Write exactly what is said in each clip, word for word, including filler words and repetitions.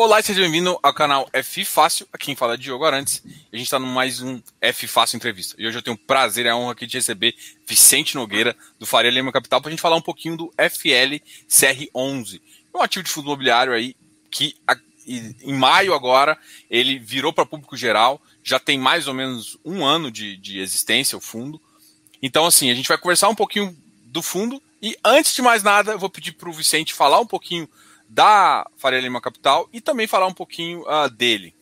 Olá e seja bem-vindo ao canal F Fácil, aqui quem fala é Diogo Arantes, e a gente está no mais um F Fácil Entrevista. E hoje eu tenho o prazer e a honra aqui de receber Vicente Nogueira, do Faria Lima Capital, para a gente falar um pouquinho do F L C R onze, um ativo de fundo imobiliário aí que em maio agora ele virou para público geral, já tem mais ou menos um ano de, de existência o fundo. Então assim, a gente vai conversar um pouquinho do fundo e antes de mais nada eu vou pedir para o Vicente falar um pouquinho da Faria Lima Capital e também falar um pouquinho uh, dele.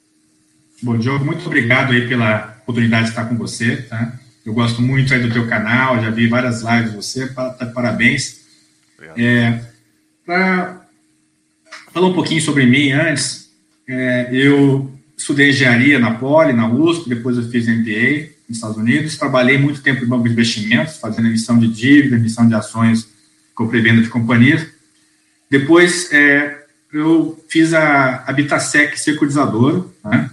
Bom, Diogo, muito obrigado aí pela oportunidade de estar com você, tá? Eu gosto muito aí do teu canal, já vi várias lives de você, parabéns. É, para falar um pouquinho sobre mim antes, é, eu estudei engenharia na Poli, na U S P, depois eu fiz M B A nos Estados Unidos, trabalhei muito tempo em banco de investimentos, fazendo emissão de dívida, emissão de ações, compra e venda de companhias. Depois, é, eu fiz a Habitasec Securitizadora, né,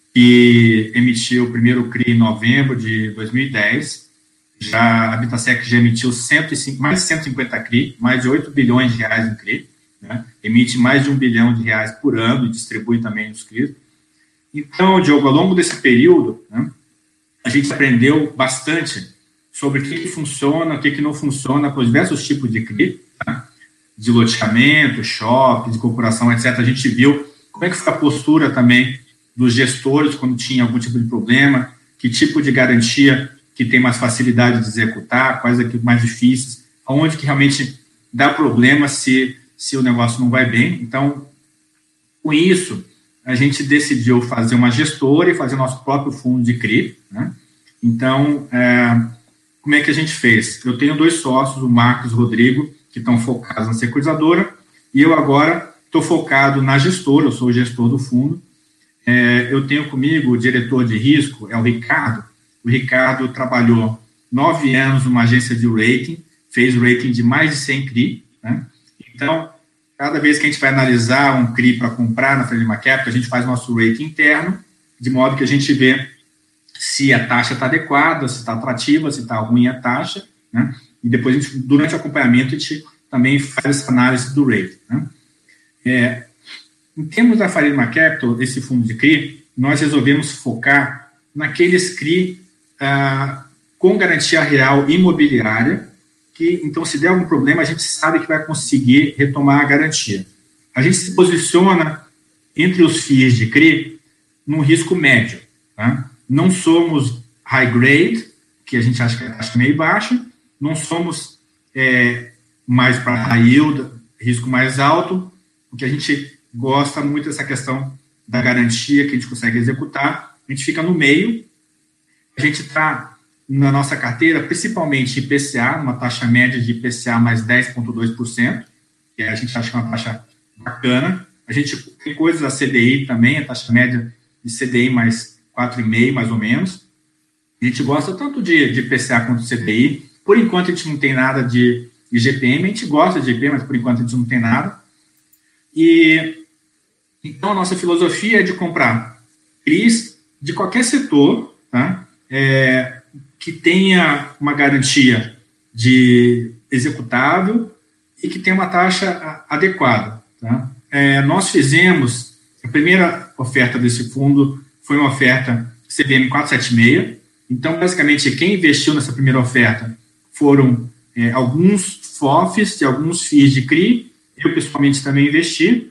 que emitiu o primeiro C R I em novembro de dois mil e dez. Já, a Habitasec já emitiu cento e cinco, mais de cento e cinquenta C R I, mais de oito bilhões de reais em C R I. Né, emite mais de um bilhão de reais por ano e distribui também os C R I. Então, Diogo, ao longo desse período, né, a gente aprendeu bastante sobre o que, que funciona, o que, que não funciona com os diversos tipos de C R I, tá? De loteamento, shopping, de corporação, etcétera. A gente viu como é que foi a postura também dos gestores quando tinha algum tipo de problema, que tipo de garantia que tem mais facilidade de executar, quais é que mais difíceis, aonde que realmente dá problema se, se o negócio não vai bem. Então, com isso, a gente decidiu fazer uma gestora e fazer nosso próprio fundo de C R I, né? Então, é, como é que a gente fez? Eu tenho dois sócios, o Marcos e o Rodrigo, que estão focados na securitizadora, e eu agora estou focado na gestora, eu sou o gestor do fundo. É, eu tenho comigo o diretor de risco, é o Ricardo. O Ricardo trabalhou nove anos numa agência de rating, fez rating de mais de cem C R I, né? Então, cada vez que a gente vai analisar um C R I para comprar na Faria Lima Capital, a gente faz nosso rating interno, de modo que a gente vê se a taxa está adequada, se está atrativa, se está ruim a taxa, né? E depois, a gente, durante o acompanhamento, a gente também faz essa análise do rating, né? É, em termos da Faria Lima Capital, esse fundo de C R I, nós resolvemos focar naqueles C R I ah, com garantia real imobiliária, que, então, se der algum problema, a gente sabe que vai conseguir retomar a garantia. A gente se posiciona entre os F I Is de C R I num risco médio, tá? Não somos high grade, que a gente acha que é taxa meio baixa, não somos é, mais para high yield, risco mais alto, porque a gente gosta muito dessa questão da garantia que a gente consegue executar, a gente fica no meio, a gente está na nossa carteira, principalmente I P C A, uma taxa média de I P C A mais dez vírgula dois por cento, que a gente acha que é uma taxa bacana, a gente tem coisas da C D I também, a taxa média de C D I mais quatro vírgula cinco por cento, mais ou menos. A gente gosta tanto de, de I P C A quanto de C D I. Por enquanto, a gente não tem nada de, de G P M. A gente gosta de G P M, mas por enquanto a gente não tem nada. E, então, a nossa filosofia é de comprar C R Is de qualquer setor, tá? É, que tenha uma garantia de executável e que tenha uma taxa adequada, tá? É, nós fizemos, a primeira oferta desse fundo foi uma oferta C V M quatrocentos e setenta e seis. Então, basicamente, quem investiu nessa primeira oferta foram é, alguns F O Fs de alguns F I Is de C R I. Eu, pessoalmente, também investi.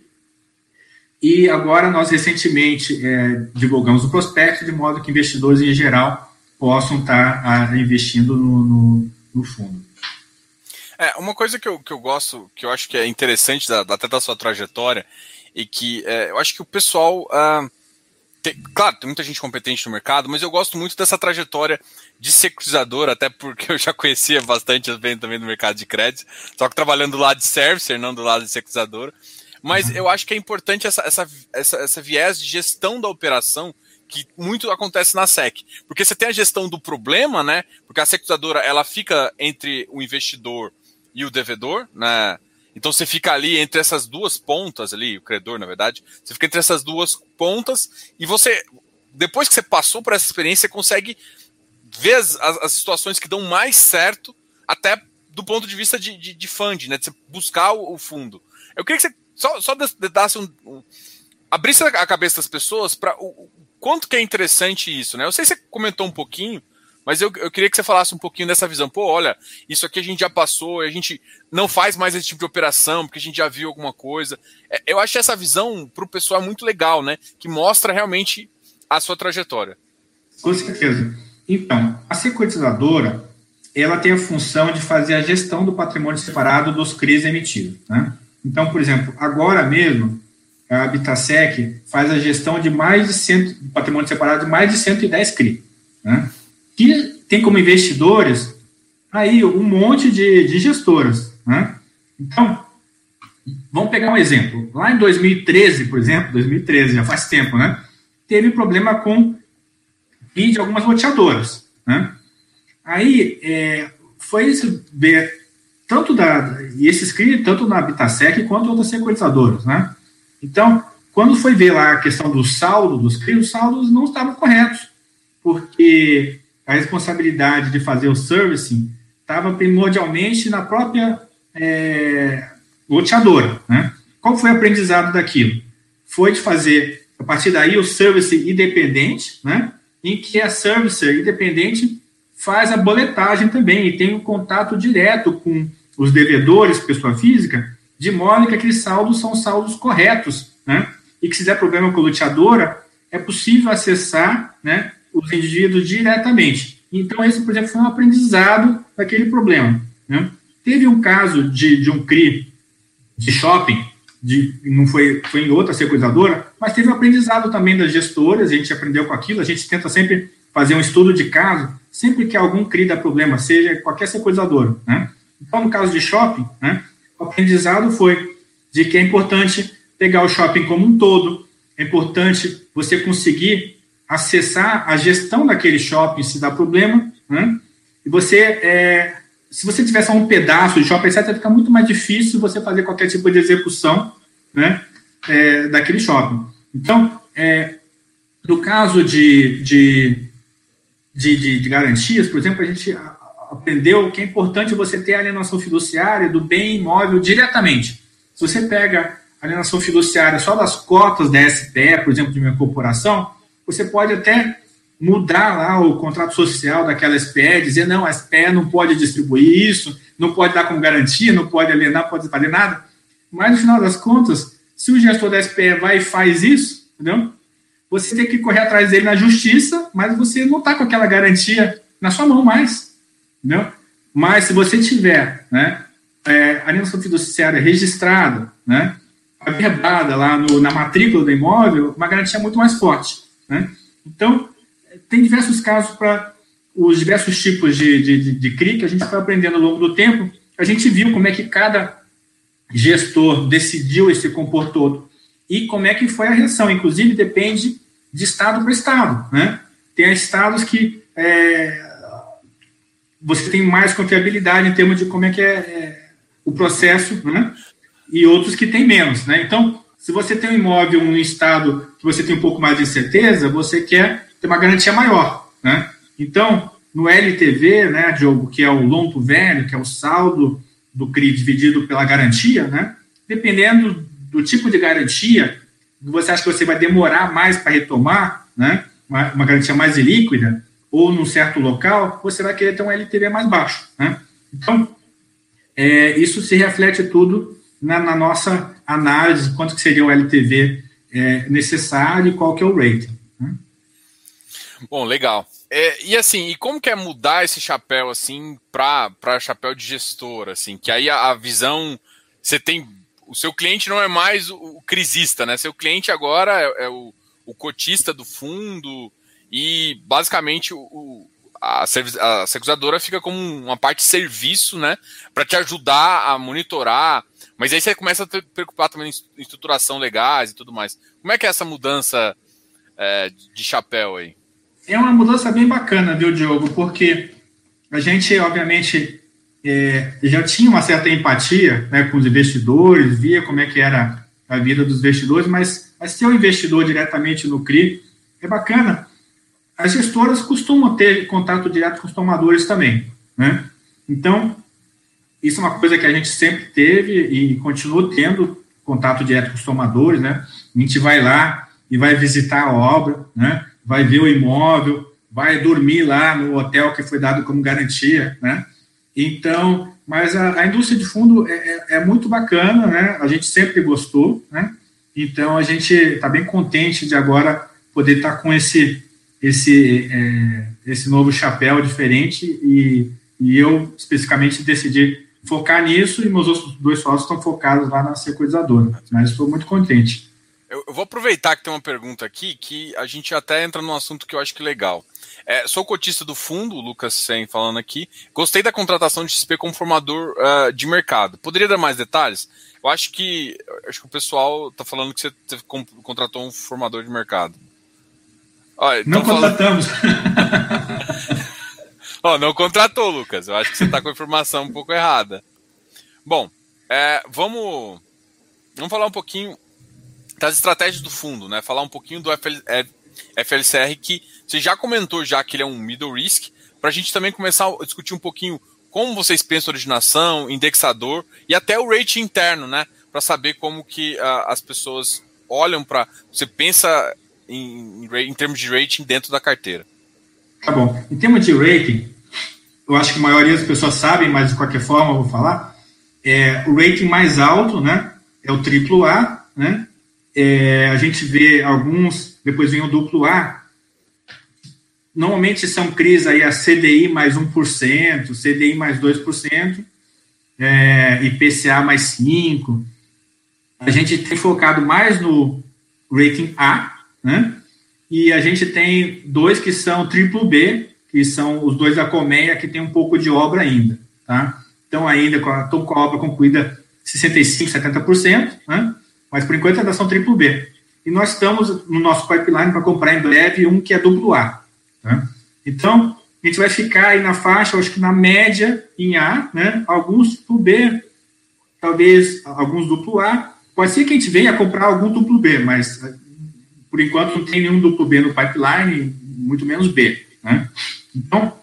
E agora, nós, recentemente, é, divulgamos o prospecto, de modo que investidores, em geral, possam estar a, investindo no, no, no fundo. É, uma coisa que eu, que eu gosto, que eu acho que é interessante, da, até da sua trajetória, e que é, eu acho que o pessoal... Ah, Tem, claro, tem muita gente competente no mercado, mas eu gosto muito dessa trajetória de securitizadora, até porque eu já conhecia bastante também do mercado de crédito, só que trabalhando do lado de servicer, não do lado de securitizadora. Mas eu acho que é importante essa, essa, essa, essa viés de gestão da operação, que muito acontece na S E C. Porque você tem a gestão do problema, né? Porque a securitizadora, ela fica entre o investidor e o devedor, né? Então você fica ali entre essas duas pontas ali, o credor, na verdade, você fica entre essas duas pontas e você, depois que você passou por essa experiência, você consegue ver as, as situações que dão mais certo, até do ponto de vista de, de, de funding, né? De você buscar o, o fundo. Eu queria que você só, só desse um, um, abrisse a cabeça das pessoas para o quanto que é interessante isso, né? Eu sei que você comentou um pouquinho, mas eu, eu queria que você falasse um pouquinho dessa visão. Pô, olha, isso aqui a gente já passou, a gente não faz mais esse tipo de operação, porque a gente já viu alguma coisa. É, eu acho essa visão para o pessoal é muito legal, né? Que mostra realmente a sua trajetória. Com certeza. Então, a securitizadora, ela tem a função de fazer a gestão do patrimônio separado dos C R Is emitidos, né? Então, por exemplo, agora mesmo, a Habitasec faz a gestão de mais de cem, patrimônio separado de mais de cento e dez C R I, né? Que tem como investidores aí um monte de, de gestoras, né? Então, vamos pegar um exemplo. Lá em dois mil e treze, por exemplo, dois mil e treze, já faz tempo, né? Teve problema com C R I de algumas loteadoras, né? Aí, é, foi esse, ver, tanto da, e esses C R I, tanto na Habitasec quanto outras securitizadoras, né? Então, quando foi ver lá a questão do saldo dos C R I, os saldos não estavam corretos, porque a responsabilidade de fazer o servicing estava primordialmente na própria é, loteadora, né? Qual foi o aprendizado daquilo? Foi de fazer, a partir daí, o servicing independente, né? Em que a servicer independente faz a boletagem também e tem um contato direto com os devedores, pessoa física, de modo que aqueles saldos são saldos corretos, né? E que se der problema com a loteadora, é possível acessar, né, os indivíduos diretamente. Então, esse, por exemplo, foi um aprendizado daquele problema, né? Teve um caso de, de um C R I de shopping, de, não foi, foi em outra securitizadora, mas teve um aprendizado também das gestoras, a gente aprendeu com aquilo, a gente tenta sempre fazer um estudo de caso, sempre que algum C R I dá problema, seja qualquer securitizadora, né? Então, no caso de shopping, né, o aprendizado foi de que é importante pegar o shopping como um todo, é importante você conseguir acessar a gestão daquele shopping se dá problema, né? E você, é, se você tiver só um pedaço de shopping, etcétera, fica muito mais difícil você fazer qualquer tipo de execução, né, é, daquele shopping. Então, é, no caso de, de, de, de, de garantias, por exemplo, a gente aprendeu que é importante você ter a alienação fiduciária do bem imóvel diretamente. Se você pega a alienação fiduciária só das cotas da S P E, por exemplo, de uma corporação, você pode até mudar lá o contrato social daquela S P E, dizer, não, a S P E não pode distribuir isso, não pode dar como garantia, não pode alienar, não pode fazer nada. Mas, no final das contas, se o gestor da S P E vai e faz isso, entendeu? Você tem que correr atrás dele na justiça, mas você não está com aquela garantia na sua mão mais. Entendeu? Mas se você tiver, né, é, a alienação fiduciária registrada, né, averbada lá no, na matrícula do imóvel, uma garantia muito mais forte, né? Então, tem diversos casos para os diversos tipos de, de, de, de C R I que a gente foi aprendendo ao longo do tempo. A gente viu como é que cada gestor decidiu e se comportou e como é que foi a reação. Inclusive, depende de estado para estado, né? Tem estados que é, você tem mais confiabilidade em termos de como é que é, é o processo, né? E outros que tem menos, né? Então, se você tem um imóvel em um estado que você tem um pouco mais de incerteza, você quer ter uma garantia maior, né? Então, no L T V, né, Diogo, que é o loan to value, que é o saldo do C R I dividido pela garantia, né? Dependendo do tipo de garantia, você acha que você vai demorar mais para retomar, né? Uma, uma garantia mais ilíquida, ou num certo local, você vai querer ter um L T V mais baixo, né? Então, é, isso se reflete tudo na, na nossa análise, quanto que seria o L T V é, necessário e qual que é o rating, né? Bom, legal. É, e assim, e como que é mudar esse chapéu assim para chapéu de gestor, assim, que aí a, a visão, você tem, o seu cliente não é mais o, o crisista, né? Seu cliente agora é, é o, o cotista do fundo e basicamente o, o, a, a securitizadora fica como uma parte de serviço, né? Para te ajudar a monitorar, mas aí você começa a te preocupar também em estruturação legais e tudo mais. Como é que é essa mudança é, de chapéu aí? É uma mudança bem bacana, viu, Diogo? Porque a gente, obviamente, é, já tinha uma certa empatia, né, com os investidores, via como é que era a vida dos investidores, mas, mas ser um investidor diretamente no C R I é bacana. As gestoras costumam ter contato direto com os tomadores também, né? Então, isso é uma coisa que a gente sempre teve e continua tendo contato direto com os tomadores, né? A gente vai lá e vai visitar a obra, né? Vai ver o imóvel, vai dormir lá no hotel que foi dado como garantia, né? Então, mas a, a indústria de fundo é, é, é muito bacana, né? A gente sempre gostou, né? Então, a gente está bem contente de agora poder estar tá com esse, esse, é, esse novo chapéu diferente e, e eu, especificamente, decidi focar nisso e meus outros dois sócios estão focados lá na securitizadora. Mas estou muito contente. Eu, eu vou aproveitar que tem uma pergunta aqui que a gente até entra num assunto que eu acho que é legal. É, sou cotista do fundo, o Lucas Sen falando aqui. Gostei da contratação de X P como formador uh, de mercado. Poderia dar mais detalhes? Eu acho que, acho que o pessoal está falando que você contratou um formador de mercado. Olha, não contratamos. Falando... oh, não contratou, Lucas. Eu acho que você está com a informação um pouco errada. Bom, é, vamos, vamos falar um pouquinho das estratégias do fundo, né? Falar um pouquinho do F L C R, que você já comentou já que ele é um middle risk, para a gente também começar a discutir um pouquinho como vocês pensam originação, indexador e até o rating interno, né? Para saber como que uh, as pessoas olham para... Você pensa em, em termos de rating dentro da carteira. Tá bom. Em termos de rating, eu acho que a maioria das pessoas sabem, mas de qualquer forma eu vou falar, é, o rating mais alto, né, é o triplo A, né? É, a gente vê alguns, depois vem o duplo A, normalmente são C R Is aí a C D I mais um por cento, C D I mais dois por cento, é, I P C A mais cinco por cento. A gente tem focado mais no rating A, né? E a gente tem dois que são triplo B, que são os dois da Colmeia, que tem um pouco de obra ainda, tá? Então, ainda estão com a obra concluída sessenta e cinco por cento, setenta por cento, né? Mas, por enquanto, ainda são triplo B. E nós estamos no nosso pipeline para comprar em breve um que é duplo A, tá? Então, a gente vai ficar aí na faixa, acho que na média em A, né? Alguns triplo B, talvez alguns duplo A. Pode ser que a gente venha comprar algum duplo B, mas, por enquanto, não tem nenhum duplo B no pipeline, muito menos B, né? Então,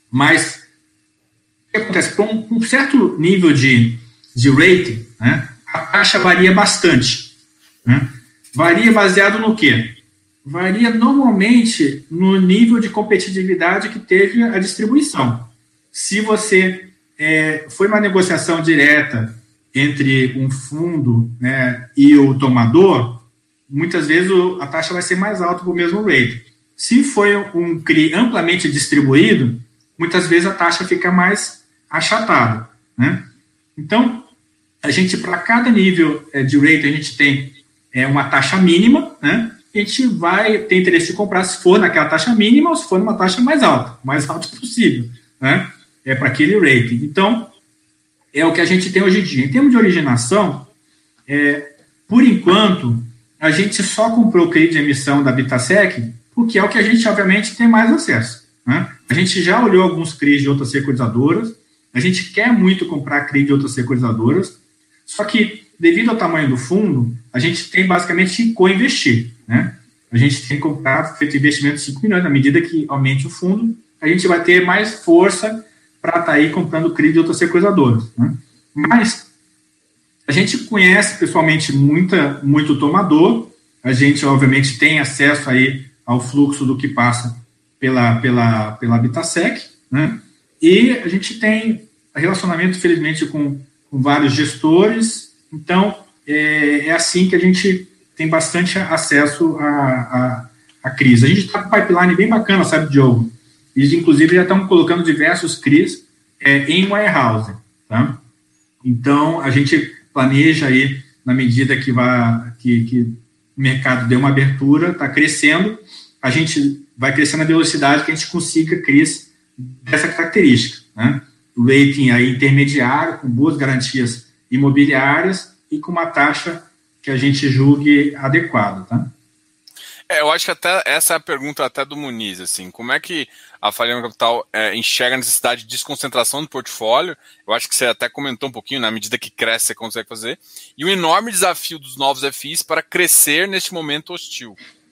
mas o que acontece? Com um, um certo nível de, de rating, né, a taxa varia bastante, né? Varia baseado no quê? Varia normalmente no nível de competitividade que teve a distribuição. Se você é, foi uma negociação direta entre um fundo, né, e o tomador, muitas vezes o, a taxa vai ser mais alta para o mesmo rating. Se foi um C R I amplamente distribuído, muitas vezes a taxa fica mais achatada, né? Então, a gente, para cada nível é, de rating, a gente tem é, uma taxa mínima, né? A gente vai ter interesse de comprar se for naquela taxa mínima ou se for numa taxa mais alta, mais alta possível, né? É para aquele rating. Então, é o que a gente tem hoje em dia. Em termos de originação, é, por enquanto, a gente só comprou o crédito de emissão da Bitasec porque é o que a gente, obviamente, tem mais acesso, né? A gente já olhou alguns C R Is de outras securitizadoras, a gente quer muito comprar C R I de outras securitizadoras, só que, devido ao tamanho do fundo, a gente tem basicamente que co-investir, né? A gente tem que comprar, feito investimento de cinco milhões, na medida que aumente o fundo, a gente vai ter mais força para estar aí comprando C R I de outras securitizadoras, né? Mas a gente conhece pessoalmente muita, muito tomador, a gente, obviamente, tem acesso aí ao fluxo do que passa pela, pela, pela Bitasec, né? E a gente tem relacionamento, felizmente, com, com vários gestores, então é, é assim que a gente tem bastante acesso à, à, à crise. A gente está com um pipeline bem bacana, sabe, Diogo? Eles, inclusive, já estão colocando diversos C R Is é, em warehouse, tá? Então, a gente planeja aí, na medida que, vai, que, que o mercado dê uma abertura, está crescendo, a gente vai crescendo a velocidade que a gente consiga C R Is dessa característica, né? Rating aí intermediário, com boas garantias imobiliárias e com uma taxa que a gente julgue adequada, tá? É, eu acho que até essa é a pergunta até do Muniz, assim, como é que a Faliano Capital é, enxerga a necessidade de desconcentração do portfólio? Eu acho que você até comentou um pouquinho, na medida que cresce você consegue fazer, e o enorme desafio dos novos F Is para crescer neste momento hostil.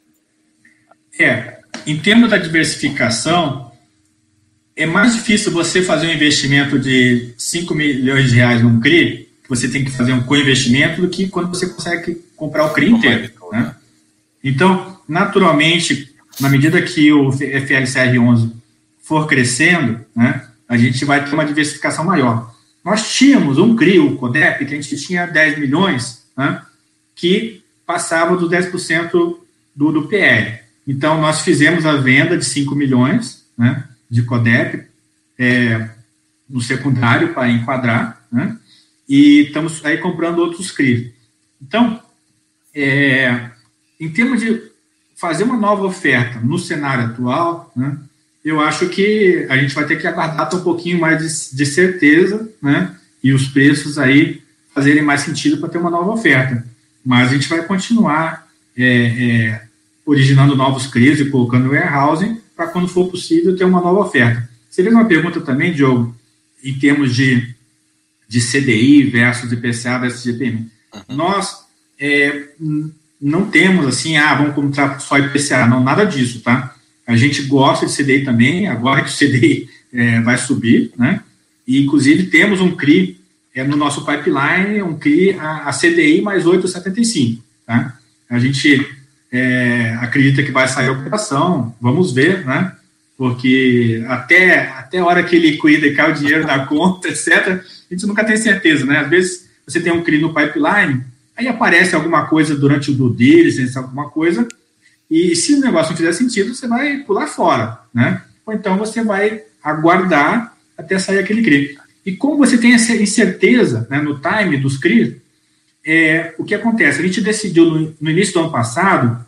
É, em termos da diversificação, é mais difícil você fazer um investimento de cinco milhões de reais num C R I, você tem que fazer um co-investimento do que quando você consegue comprar o C R I inteiro. Né? Então, naturalmente, na medida que o F L C R onze for crescendo, né, a gente vai ter uma diversificação maior. Nós tínhamos um C R I, o CODEP, que a gente tinha dez milhões, né, que passava dos dez por cento do, do P L. Então, nós fizemos a venda de cinco milhões, né, de CODEP é, no secundário para enquadrar, né, e estamos aí comprando outros C R I. Então, é, em termos de fazer uma nova oferta no cenário atual, né, eu acho que a gente vai ter que aguardar um pouquinho mais de, de certeza, né, e os preços aí fazerem mais sentido para ter uma nova oferta. Mas a gente vai continuar é, é, originando novos C R Is e colocando warehousing para, quando for possível, ter uma nova oferta. Você fez uma pergunta também, Diogo, em termos de, de C D I versus I P C A versus G P M. Uhum. Nós é, não temos assim, ah, vamos comprar só I P C A, não, nada disso, tá? A gente gosta de C D I também, agora que o C D I é, vai subir, né? E, inclusive, temos um C R I é, no nosso pipeline, um C R I a, a C D I mais oito vírgula setenta e cinco, tá? A gente é, acredita que vai sair a operação, vamos ver, né? Porque até, até a hora que ele cuida e cai o dinheiro na conta, etcétera, a gente nunca tem certeza, né? Às vezes você tem um C R I no pipeline, aí aparece alguma coisa durante o due diligence, alguma coisa, e se o negócio não fizer sentido, você vai pular fora, né? Ou então você vai aguardar até sair aquele C R I. E como você tem essa incerteza, né, no time dos C R I, é, o que acontece? A gente decidiu no, no início do ano passado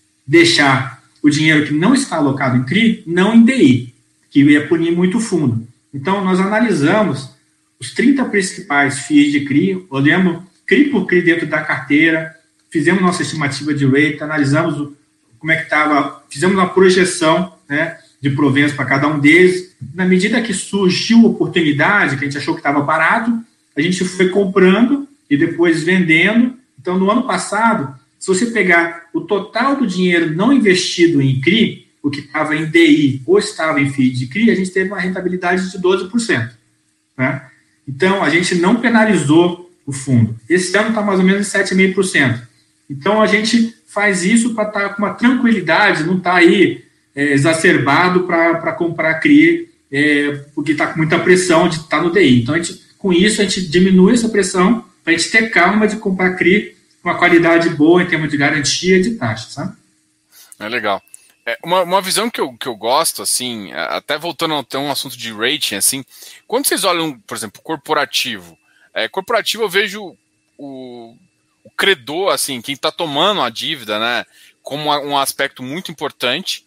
deixar o dinheiro que não está alocado em C R I, não em D I, que ia punir muito fundo. Então, nós analisamos os trinta principais F I Is de C R I, olhamos C R I por C R I dentro da carteira, fizemos nossa estimativa de rate, analisamos o, como é que estava, fizemos uma projeção, né, de proventos para cada um deles. Na medida que surgiu oportunidade, que a gente achou que estava barato, a gente foi comprando e depois vendendo. Então, no ano passado, se você pegar o total do dinheiro não investido em C R I, o que estava em D I ou estava em F I I de C R I, a gente teve uma rentabilidade de doze por cento. Tá? Então, a gente não penalizou o fundo. Esse ano está mais ou menos em sete vírgula cinco por cento. Então, a gente faz isso para estar tá com uma tranquilidade, não está aí é, exacerbado para comprar C R I, é, porque está com muita pressão de estar tá no D I. Então, a gente, com isso, a gente diminui essa pressão para a gente ter calma de comprar C R I com uma qualidade boa em termos de garantia e de taxa, sabe? É legal. É, uma, uma visão que eu, que eu gosto, assim, até voltando até um assunto de rating, assim, quando vocês olham, por exemplo, corporativo, é, corporativo eu vejo o, o credor, assim, quem está tomando a dívida, né, como um aspecto muito importante,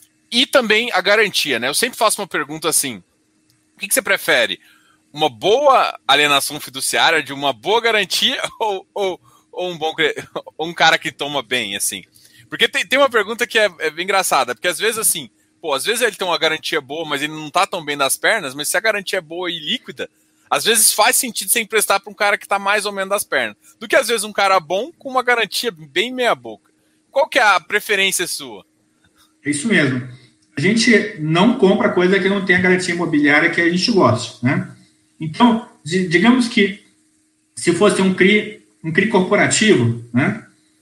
e também a garantia, né? Eu sempre faço uma pergunta assim, o que, que você prefere? Uma boa alienação fiduciária de uma boa garantia ou, ou, ou, um, bom, ou um cara que toma bem, assim? Porque tem, tem uma pergunta que é, é bem engraçada, porque às vezes assim, pô, às vezes ele tem uma garantia boa, mas ele não tá tão bem das pernas, mas se a garantia é boa e líquida, às vezes faz sentido você emprestar para um cara que tá mais ou menos das pernas, do que às vezes um cara bom com uma garantia bem meia boca. Qual que é a preferência sua? É isso mesmo. A gente não compra coisa que não tem a garantia imobiliária que a gente gosta, né? Então, digamos que se fosse um C R I, um C R I corporativo, né?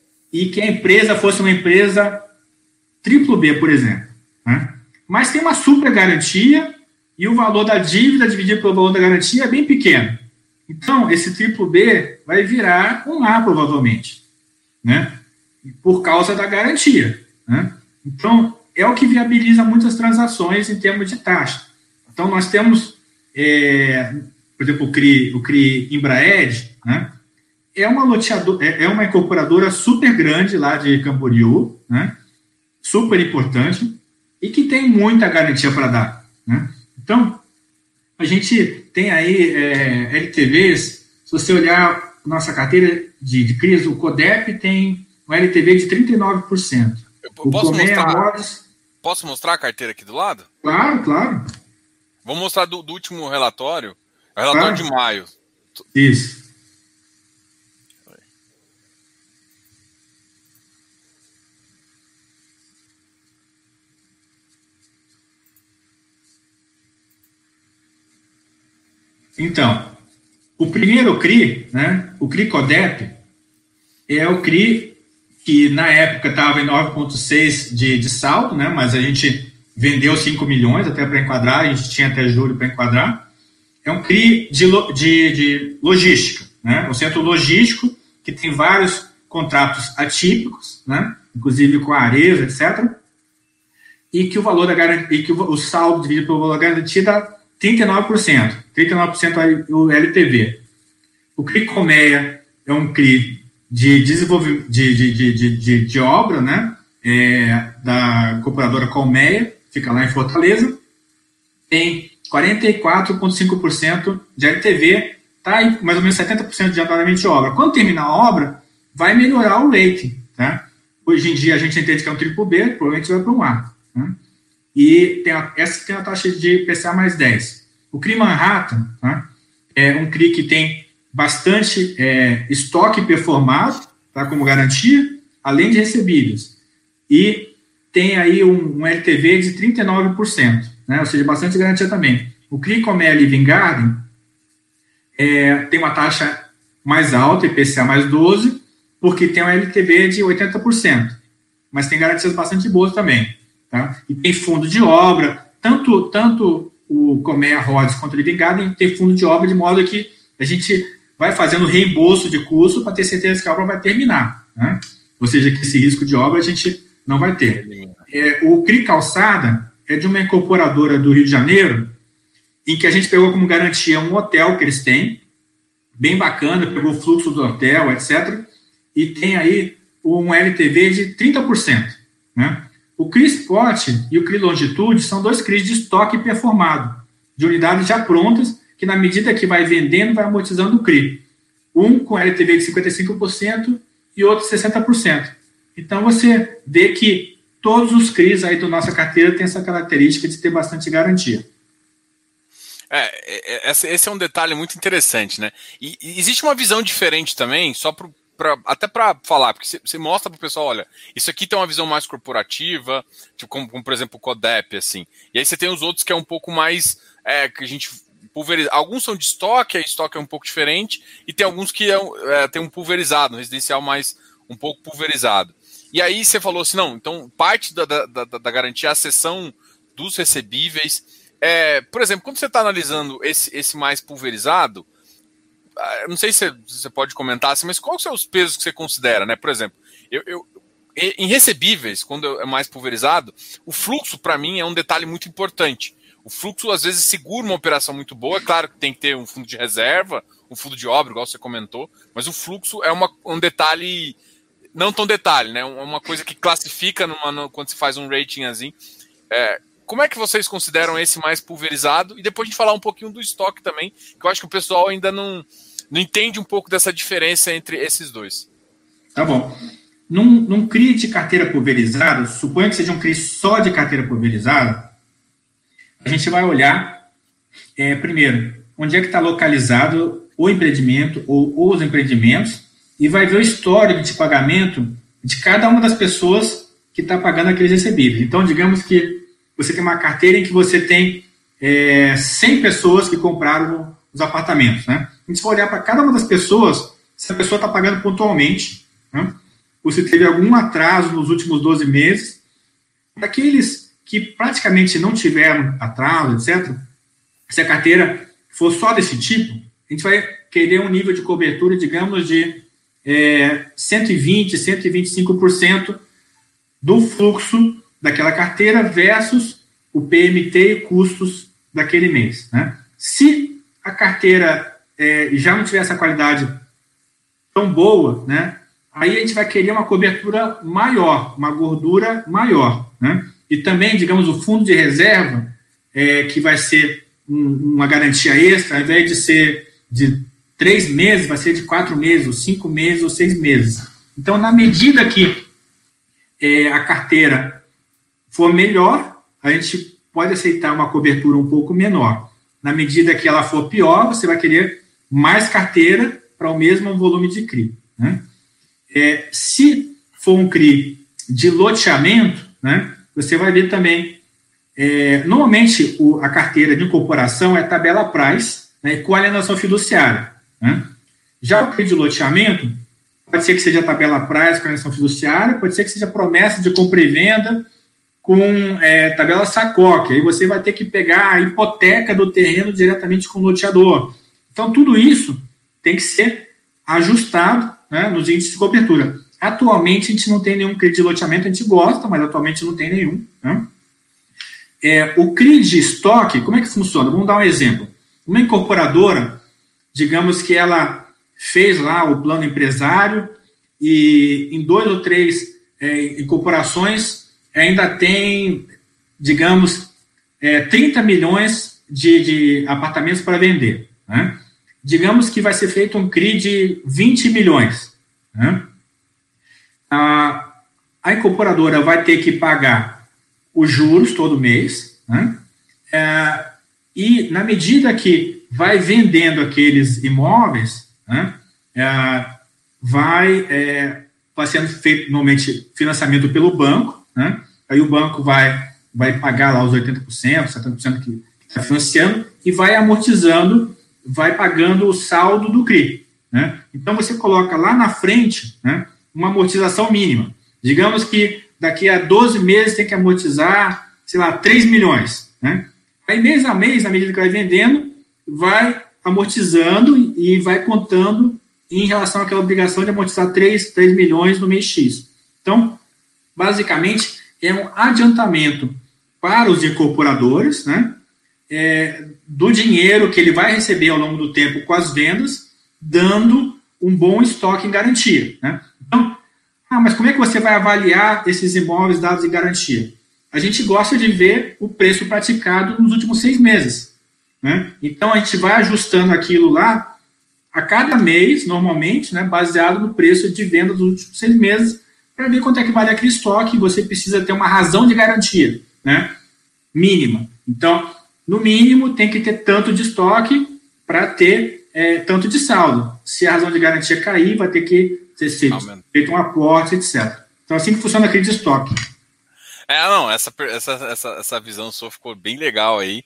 E que a empresa fosse uma empresa triplo B, por exemplo, né? Mas tem uma super garantia e o valor da dívida dividido pelo valor da garantia é bem pequeno. Então, esse triplo B vai virar um A, provavelmente, né? Por causa da garantia, né? Então, é o que viabiliza muitas transações em termos de taxa. Então, nós temos, é, por exemplo, o C R I, o C R I Embraed, né? É uma loteadora, é uma incorporadora super grande lá de Camboriú, né? Super importante, e que tem muita garantia para dar, né? Então, a gente tem aí é, L T Vs, se você olhar nossa carteira de, de crise, o CODEP tem um L T V de trinta e nove por cento. Eu o posso, mostrar, Morris, posso mostrar a carteira aqui do lado? Claro, claro. Vou mostrar do, do último relatório, o relatório claro. de maio. Isso. Então, o primeiro C R I, né, o C R I Codep, é o C R I que na época estava em nove vírgula seis de, de saldo, né, mas a gente vendeu cinco milhões até para enquadrar, a gente tinha até julho para enquadrar. É um C R I de, de, de logística, né, um centro logístico que tem vários contratos atípicos, né, inclusive com a Arezzo, etcétera, e que o valor da garantia, e que o, o saldo dividido pelo valor da garantia dá trinta e nove por cento, trinta e nove por cento o L T V. O C R I Colmeia é um C R I de desenvolvimento de, de, de, de, de, de obra, né, é, da incorporadora Colmeia, fica lá em Fortaleza, tem quarenta e quatro vírgula cinco por cento de L T V, tá em mais ou menos setenta por cento de adiantamento de obra. Quando terminar a obra, vai melhorar o rating, tá? Hoje em dia a gente entende que é um triplo B, provavelmente vai para um A. Né? E tem a, essa tem a taxa de I P C A mais dez. O C R I Manhattan, tá? É um C R I que tem bastante é, estoque performado, tá, como garantia, além de recebíveis. E tem aí um, um L T V de trinta e nove por cento, né? Ou seja, bastante garantia também. O C R I Colmeia Living Garden é, tem uma taxa mais alta, I P C A mais doze, porque tem um L T V de oitenta por cento, mas tem garantias bastante boas também. Tá? E tem fundo de obra, tanto, tanto o Colmeia Rhodes quanto o Living Garden tem fundo de obra, de modo que a gente vai fazendo reembolso de custo para ter certeza que a obra vai terminar. Né? Ou seja, que esse risco de obra a gente não vai ter. É, o C R I Calçada é de uma incorporadora do Rio de Janeiro, em que a gente pegou como garantia um hotel que eles têm, bem bacana, pegou o fluxo do hotel, etcétera, e tem aí um L T V de trinta por cento. Né? O C R I Spot e o C R I Longitude são dois C R Is de estoque performado, de unidades já prontas, que na medida que vai vendendo, vai amortizando o C R I. Um com L T V de cinquenta e cinco por cento e outro sessenta por cento. Então, você vê que todos os C R Is aí da nossa carteira têm essa característica de ter bastante garantia. É, esse é um detalhe muito interessante, né? E, e existe uma visão diferente também, só pro, pra, até para falar, porque você mostra para o pessoal, olha, isso aqui tem uma visão mais corporativa, tipo, como, como por exemplo o Codep, assim. E aí você tem os outros que é um pouco mais, é, que a gente pulveriza. Alguns são de estoque, a estoque é um pouco diferente, e tem alguns que é, é, tem um pulverizado, um residencial mais um pouco pulverizado. E aí você falou assim, não, então parte da, da, da, da garantia é a cessão dos recebíveis. É, por exemplo, quando você está analisando esse, esse mais pulverizado, não sei se você pode comentar assim, mas quais são os pesos que você considera, né? Por exemplo, eu, eu, em recebíveis, quando é mais pulverizado, o fluxo, para mim, é um detalhe muito importante. O fluxo, às vezes, segura uma operação muito boa. É claro que tem que ter um fundo de reserva, um fundo de obra, igual você comentou, mas o fluxo é uma, um detalhe, não tão detalhe, né? Uma coisa que classifica numa, quando se faz um rating assim. É, como é que vocês consideram esse mais pulverizado? E depois a gente falar um pouquinho do estoque também, que eu acho que o pessoal ainda não, não entende um pouco dessa diferença entre esses dois. Tá bom. Num, num C R I de carteira pulverizada, suponha que seja um C R I só de carteira pulverizada, a gente vai olhar, é, primeiro, onde é que está localizado o empreendimento ou, ou os empreendimentos, e vai ver o histórico de pagamento de cada uma das pessoas que está pagando aqueles recebíveis. Então, digamos que você tem uma carteira em que você tem é, cem pessoas que compraram os apartamentos. Né? A gente vai olhar para cada uma das pessoas, se a pessoa está pagando pontualmente, né? Ou se teve algum atraso nos últimos doze meses. Aqueles que praticamente não tiveram atraso, etcétera, se a carteira for só desse tipo, a gente vai querer um nível de cobertura, digamos, de é, cento e vinte, cento e vinte e cinco por cento do fluxo daquela carteira versus o P M T e custos daquele mês. Né? Se a carteira é, já não tiver essa qualidade tão boa, né, aí a gente vai querer uma cobertura maior, uma gordura maior. Né? E também, digamos, o fundo de reserva, é, que vai ser um, uma garantia extra, ao invés de ser de três meses, vai ser de quatro meses, ou cinco meses, ou seis meses. Então, na medida que é, a carteira for melhor, a gente pode aceitar uma cobertura um pouco menor. Na medida que ela for pior, você vai querer mais carteira para o mesmo volume de C R I. Né? É, se for um C R I de loteamento, né, você vai ver também, é, normalmente o, a carteira de incorporação é tabela price, né, com alienação fiduciária. né? Já o crédito de loteamento, pode ser que seja tabela prazo com conexão fiduciária, pode ser que seja promessa de compra e venda com é, tabela SACOC. Aí você vai ter que pegar a hipoteca do terreno diretamente com o loteador. Então, tudo isso tem que ser ajustado, né, nos índices de cobertura. Atualmente, a gente não tem nenhum crédito de loteamento, a gente gosta, mas atualmente não tem nenhum, né? É, o C R I de estoque, como é que funciona? Vamos dar um exemplo. Uma incorporadora, digamos que ela fez lá o plano empresário e em dois ou três é, incorporações ainda tem, digamos, é, trinta milhões de, de apartamentos para vender, né? Digamos que vai ser feito um C R I de vinte milhões, né? A, a incorporadora vai ter que pagar os juros todo mês, né? É, e na medida que vai vendendo aqueles imóveis, né, é, vai, é, vai sendo feito normalmente financiamento pelo banco, né? Aí o banco vai, vai pagar lá os oitenta por cento, setenta por cento que está financiando e vai amortizando, vai pagando o saldo do C R I, né? Então você coloca lá na frente, né, uma amortização mínima. Digamos que daqui a doze meses tem que amortizar, sei lá, três milhões, né? Aí mês a mês, na medida que vai vendendo, vai amortizando e vai contando em relação àquela obrigação de amortizar três milhões no mês X. Então, basicamente, é um adiantamento para os incorporadores, né, é, do dinheiro que ele vai receber ao longo do tempo com as vendas, dando um bom estoque em garantia, né? Então, ah, mas como é que você vai avaliar esses imóveis dados em garantia? A gente gosta de ver o preço praticado nos últimos seis meses, né? Então, a gente vai ajustando aquilo lá a cada mês, normalmente, né, baseado no preço de venda dos últimos seis meses, para ver quanto é que vale aquele estoque. Você precisa ter uma razão de garantia, né, mínima. Então, no mínimo, tem que ter tanto de estoque para ter é, tanto de saldo. Se a razão de garantia cair, vai ter que ser feito um aporte, etcétera. Então, assim que funciona aquele de estoque. É, não, essa, essa, essa, essa visão sua ficou bem legal aí.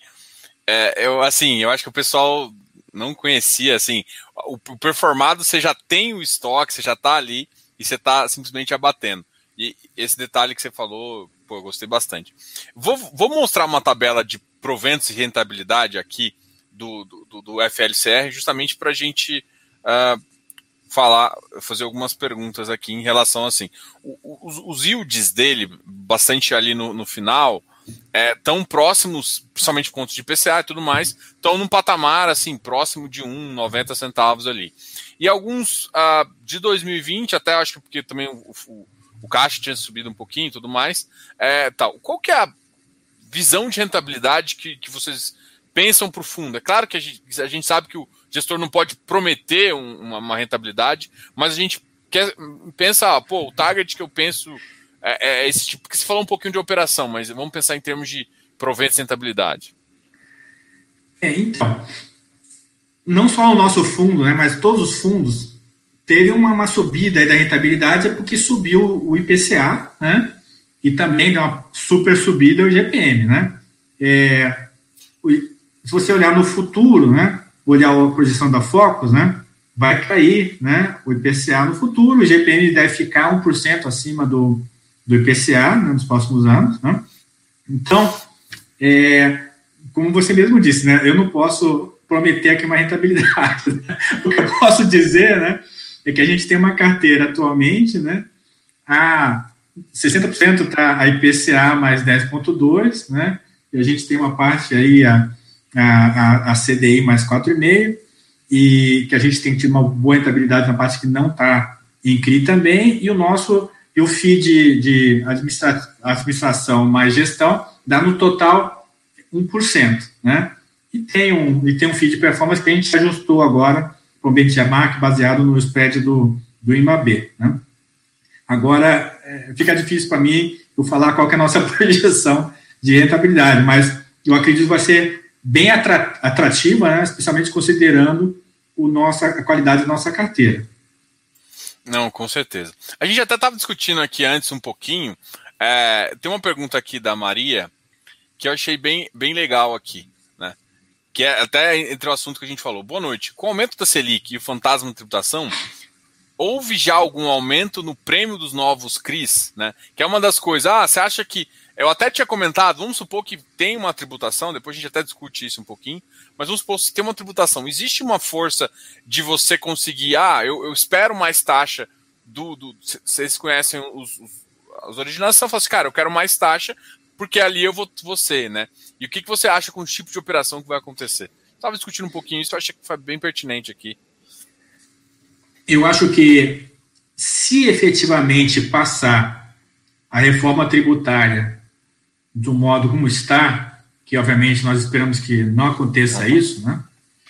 É, eu, assim, eu acho que o pessoal não conhecia, assim, o, o performado, você já tem o estoque, você já está ali e você está simplesmente abatendo. E esse detalhe que você falou, pô, eu gostei bastante. Vou, vou mostrar uma tabela de proventos e rentabilidade aqui do, do, do F L C R, justamente para a gente uh, falar, fazer algumas perguntas aqui em relação, assim, o, os, os yields dele, bastante ali no, no final, é, tão próximos, principalmente por conta de I P C A e tudo mais, estão num patamar, assim, próximo de um vírgula noventa centavos ali. E alguns uh, de dois mil e vinte, até acho que porque também o, o, o caixa tinha subido um pouquinho e tudo mais, é, tal. Qual que é a visão de rentabilidade que, que vocês pensam para o fundo? É claro que a gente, a gente sabe que o gestor não pode prometer um, uma, uma rentabilidade, mas a gente quer, pensa, pô, o target que eu penso é, é esse tipo, porque você falou um pouquinho de operação, mas vamos pensar em termos de proventos e rentabilidade. É, então, não só o nosso fundo, né, mas todos os fundos teve uma, uma subida aí da rentabilidade, é porque subiu o I P C A, né, e também deu uma super subida o I G P M, né. É, se você olhar no futuro, né, olhar a projeção da Focus, né, vai cair, né, o I P C A no futuro, o I G P M deve ficar um por cento acima do, do I P C A, né, nos próximos anos, né. Então, é, como você mesmo disse, né, eu não posso prometer aqui uma rentabilidade, né? O que eu posso dizer, né, é que a gente tem uma carteira atualmente, né, a sessenta por cento está a I P C A mais dez vírgula dois, né, e a gente tem uma parte aí, a, a, a C D I mais quatro vírgula cinco, e que a gente tem tido uma boa rentabilidade na parte que não está em C R I também, e o nosso, e o F I I de, de administra, administração mais gestão, dá no total um por cento, né, e tem um, e tem um F I I de performance que a gente ajustou agora para o benchmark baseado no spread do, do I M A B, né. Agora, é, fica difícil para mim eu falar qual que é a nossa projeção de rentabilidade, mas eu acredito que vai ser bem atrativa, né, especialmente considerando o nossa, a qualidade da nossa carteira. Não, com certeza. A gente até estava discutindo aqui antes um pouquinho, é, tem uma pergunta aqui da Maria que eu achei bem, bem legal aqui, né, que é até entre o assunto que a gente falou. Boa noite. Com o aumento da Selic e o fantasma da tributação, houve já algum aumento no prêmio dos novos C R Is, né? Que é uma das coisas. Ah, você acha que... Eu até tinha comentado, vamos supor que tem uma tributação, depois a gente até discute isso um pouquinho, mas vamos supor que tem uma tributação. Existe uma força de você conseguir... Ah, eu, eu espero mais taxa do... do vocês conhecem os, os, os originais, você fala assim, cara, eu quero mais taxa, porque ali eu vou você, né? E o que, que você acha com o tipo de operação que vai acontecer? Estava discutindo um pouquinho isso, eu achei que foi bem pertinente aqui. Eu acho que, se efetivamente passar a reforma tributária do modo como está, que obviamente nós esperamos que não aconteça isso, né?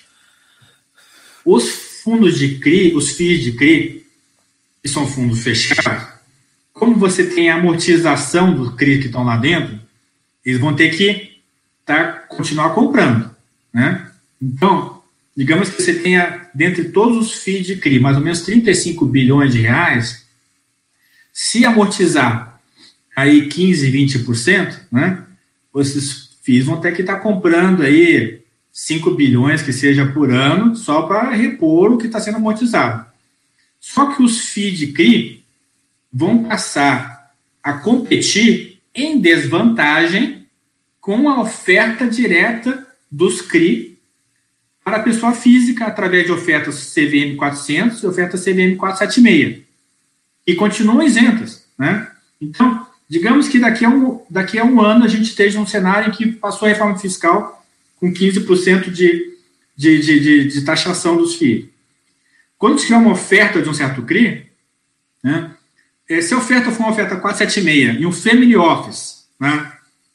Os fundos de C R I, os F I Is de C R I, que são fundos fechados, como você tem a amortização do C R I que estão lá dentro, eles vão ter que tá, continuar comprando, né? Então, digamos que você tenha, dentre todos os F I Is de C R I, mais ou menos trinta e cinco bilhões de reais, se amortizar aí quinze, vinte por cento, né? Esses F I Is vão ter que estar comprando aí cinco bilhões que seja por ano, só para repor o que está sendo amortizado. Só que os F I Is de C R I vão passar a competir em desvantagem com a oferta direta dos C R I para a pessoa física, através de ofertas C V M quatrocentos e ofertas C V M quatrocentos e setenta e seis, e continuam isentas, né? Então, digamos que daqui a, um, daqui a um ano a gente esteja num cenário em que passou a reforma fiscal com quinze por cento de, de, de, de, de taxação dos F I I. Quando tiver uma oferta de um certo C R I, né, se a oferta for uma oferta quatrocentos e setenta e seis e um Family Office, né,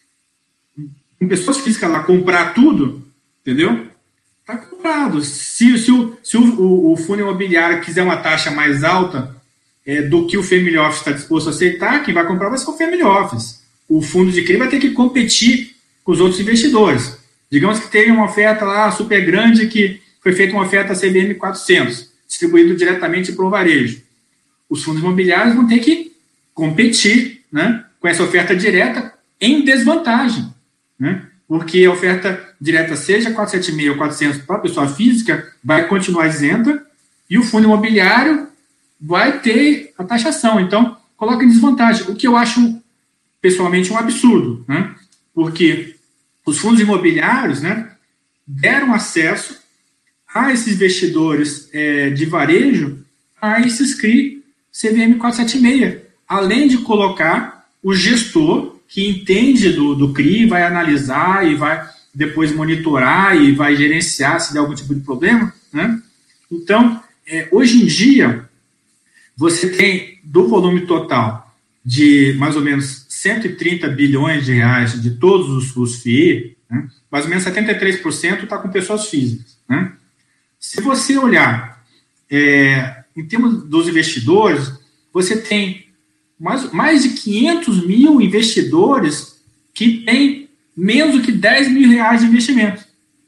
com pessoas físicas lá comprar tudo, entendeu? Está comprado. Se, se, o, se o, o, o fundo imobiliário quiser uma taxa mais alta É, do que o Family Office está disposto a aceitar, quem vai comprar vai ser o Family Office. O fundo de C R I vai ter que competir com os outros investidores. Digamos que tenha uma oferta lá super grande, que foi feita uma oferta C V M quatrocentos, distribuído diretamente para o varejo. Os fundos imobiliários vão ter que competir, né, com essa oferta direta em desvantagem, né, porque a oferta direta, seja quatrocentos e setenta e seis ou quatrocentos para a pessoa física, vai continuar isenta, e o fundo imobiliário vai ter a taxação. Então, coloca em desvantagem, o que eu acho, pessoalmente, um absurdo, né? Porque os fundos imobiliários, né, deram acesso a esses investidores é, de varejo a esses C R I C V M quatrocentos e setenta e seis, além de colocar o gestor que entende do, do C R I, vai analisar e vai depois monitorar e vai gerenciar se der algum tipo de problema, né? Então, é, hoje em dia, você tem, do volume total de mais ou menos cento e trinta bilhões de reais de todos os, os F I I, né, mais ou menos setenta e três por cento está com pessoas físicas, né? Se você olhar é, em termos dos investidores, você tem mais, mais de quinhentos mil investidores que têm menos do que dez mil reais de investimento.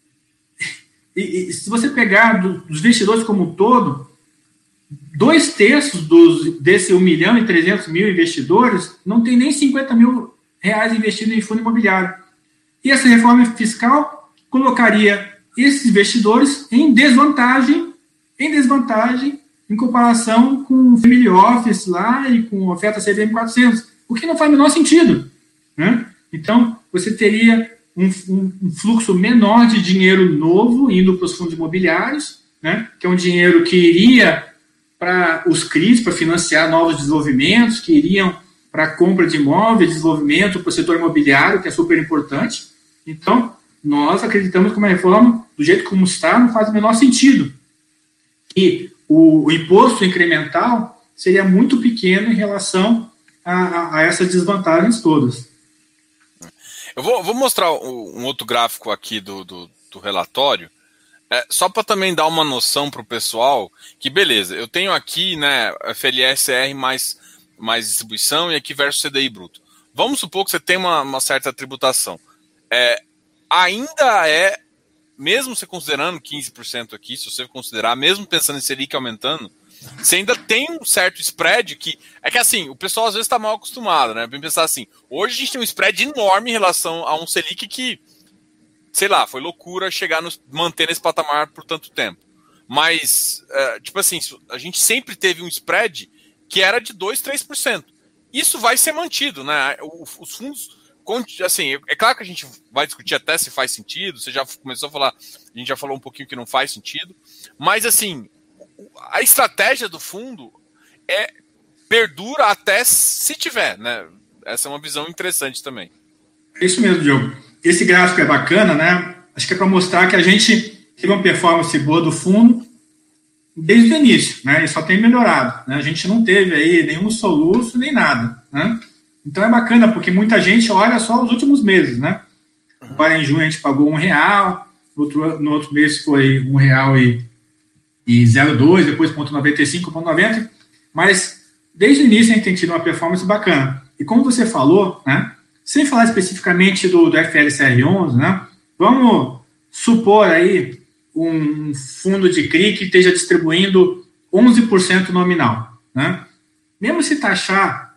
E, e se você pegar do, dos investidores como um todo, dois terços dos, desse um milhão e trezentos mil investidores não tem nem cinquenta mil reais investidos em fundo imobiliário. E essa reforma fiscal colocaria esses investidores em desvantagem, em desvantagem em comparação com o Family Office lá e com a oferta C V M quatrocentos, o que não faz o menor sentido, né? Então, você teria um, um, um fluxo menor de dinheiro novo indo para os fundos imobiliários, né? Que é um dinheiro que iria para os C R Is, para financiar novos desenvolvimentos, que iriam para a compra de imóveis, desenvolvimento para o setor imobiliário, que é super importante. Então, nós acreditamos que uma reforma, do jeito como está, não faz o menor sentido. E o, o imposto incremental seria muito pequeno em relação a, a, a essas desvantagens todas. Eu vou, vou mostrar um outro gráfico aqui do, do, do relatório, é, só para também dar uma noção para o pessoal, que beleza, eu tenho aqui, né, F L S R mais, mais distribuição e aqui versus C D I bruto. Vamos supor que você tem uma, uma certa tributação. É, ainda é, mesmo você considerando quinze por cento aqui, se você considerar, mesmo pensando em Selic aumentando, você ainda tem um certo spread que... É que assim, o pessoal às vezes está mal acostumado, né? Vem pensar assim, hoje a gente tem um spread enorme em relação a um Selic que sei lá, foi loucura chegar no, manter nesse patamar por tanto tempo. Mas, é, tipo assim, a gente sempre teve um spread que era de dois, três por cento. Isso vai ser mantido, né? Os fundos, assim, é claro que a gente vai discutir até se faz sentido, você já começou a falar, a gente já falou um pouquinho que não faz sentido, mas, assim, a estratégia do fundo é perdura até se tiver, né? Essa é uma visão interessante também. É isso mesmo, Diogo. Esse gráfico é bacana, né? Acho que é para mostrar que a gente teve uma performance boa do fundo desde o início, né? E só tem melhorado, né? A gente não teve aí nenhum soluço, nem nada, né? Então é bacana, porque muita gente olha só os últimos meses, né? Agora em junho a gente pagou um real, no outro, no outro mês foi um real e, e zero vírgula dois, depois ponto noventa e cinco, ponto noventa, mas desde o início a gente tem tido uma performance bacana. E como você falou, né? Sem falar especificamente do, do F L C R onze, né? Vamos supor aí um fundo de C R I que esteja distribuindo onze por cento nominal, né? Mesmo se taxar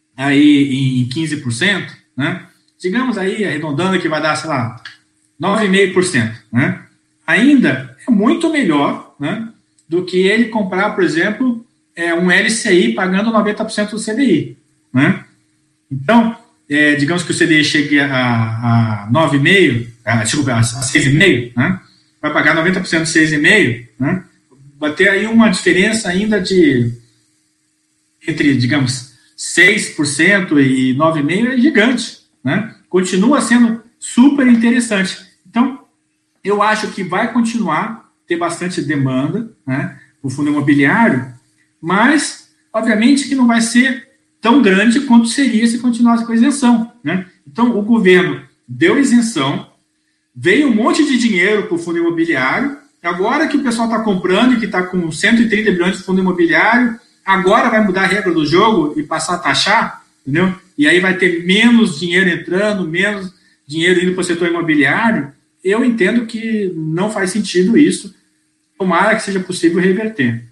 aí em quinze por cento, né? Digamos aí, arredondando, que vai dar, sei lá, nove vírgula cinco por cento, né? Ainda é muito melhor, né, do que ele comprar, por exemplo, é, um L C I pagando noventa por cento do C D I, né? Então, é, digamos que o C D I chegue a, a nove vírgula cinco, a, desculpa, a seis vírgula cinco, né? Vai pagar noventa por cento de seis vírgula cinco, né? Vai ter aí uma diferença ainda de entre, digamos, seis por cento e nove vírgula cinco por cento é gigante, né? Continua sendo super interessante. Então, eu acho que vai continuar ter bastante demanda, né, o fundo imobiliário, mas, obviamente, que não vai ser tão grande quanto seria se continuasse com a isenção, né? Então, o governo deu isenção, veio um monte de dinheiro para o fundo imobiliário, agora que o pessoal está comprando e que está com cento e trinta bilhões de fundo imobiliário, agora vai mudar a regra do jogo e passar a taxar, entendeu? E aí vai ter menos dinheiro entrando, menos dinheiro indo para o setor imobiliário. Eu entendo que não faz sentido isso. Tomara que seja possível reverter.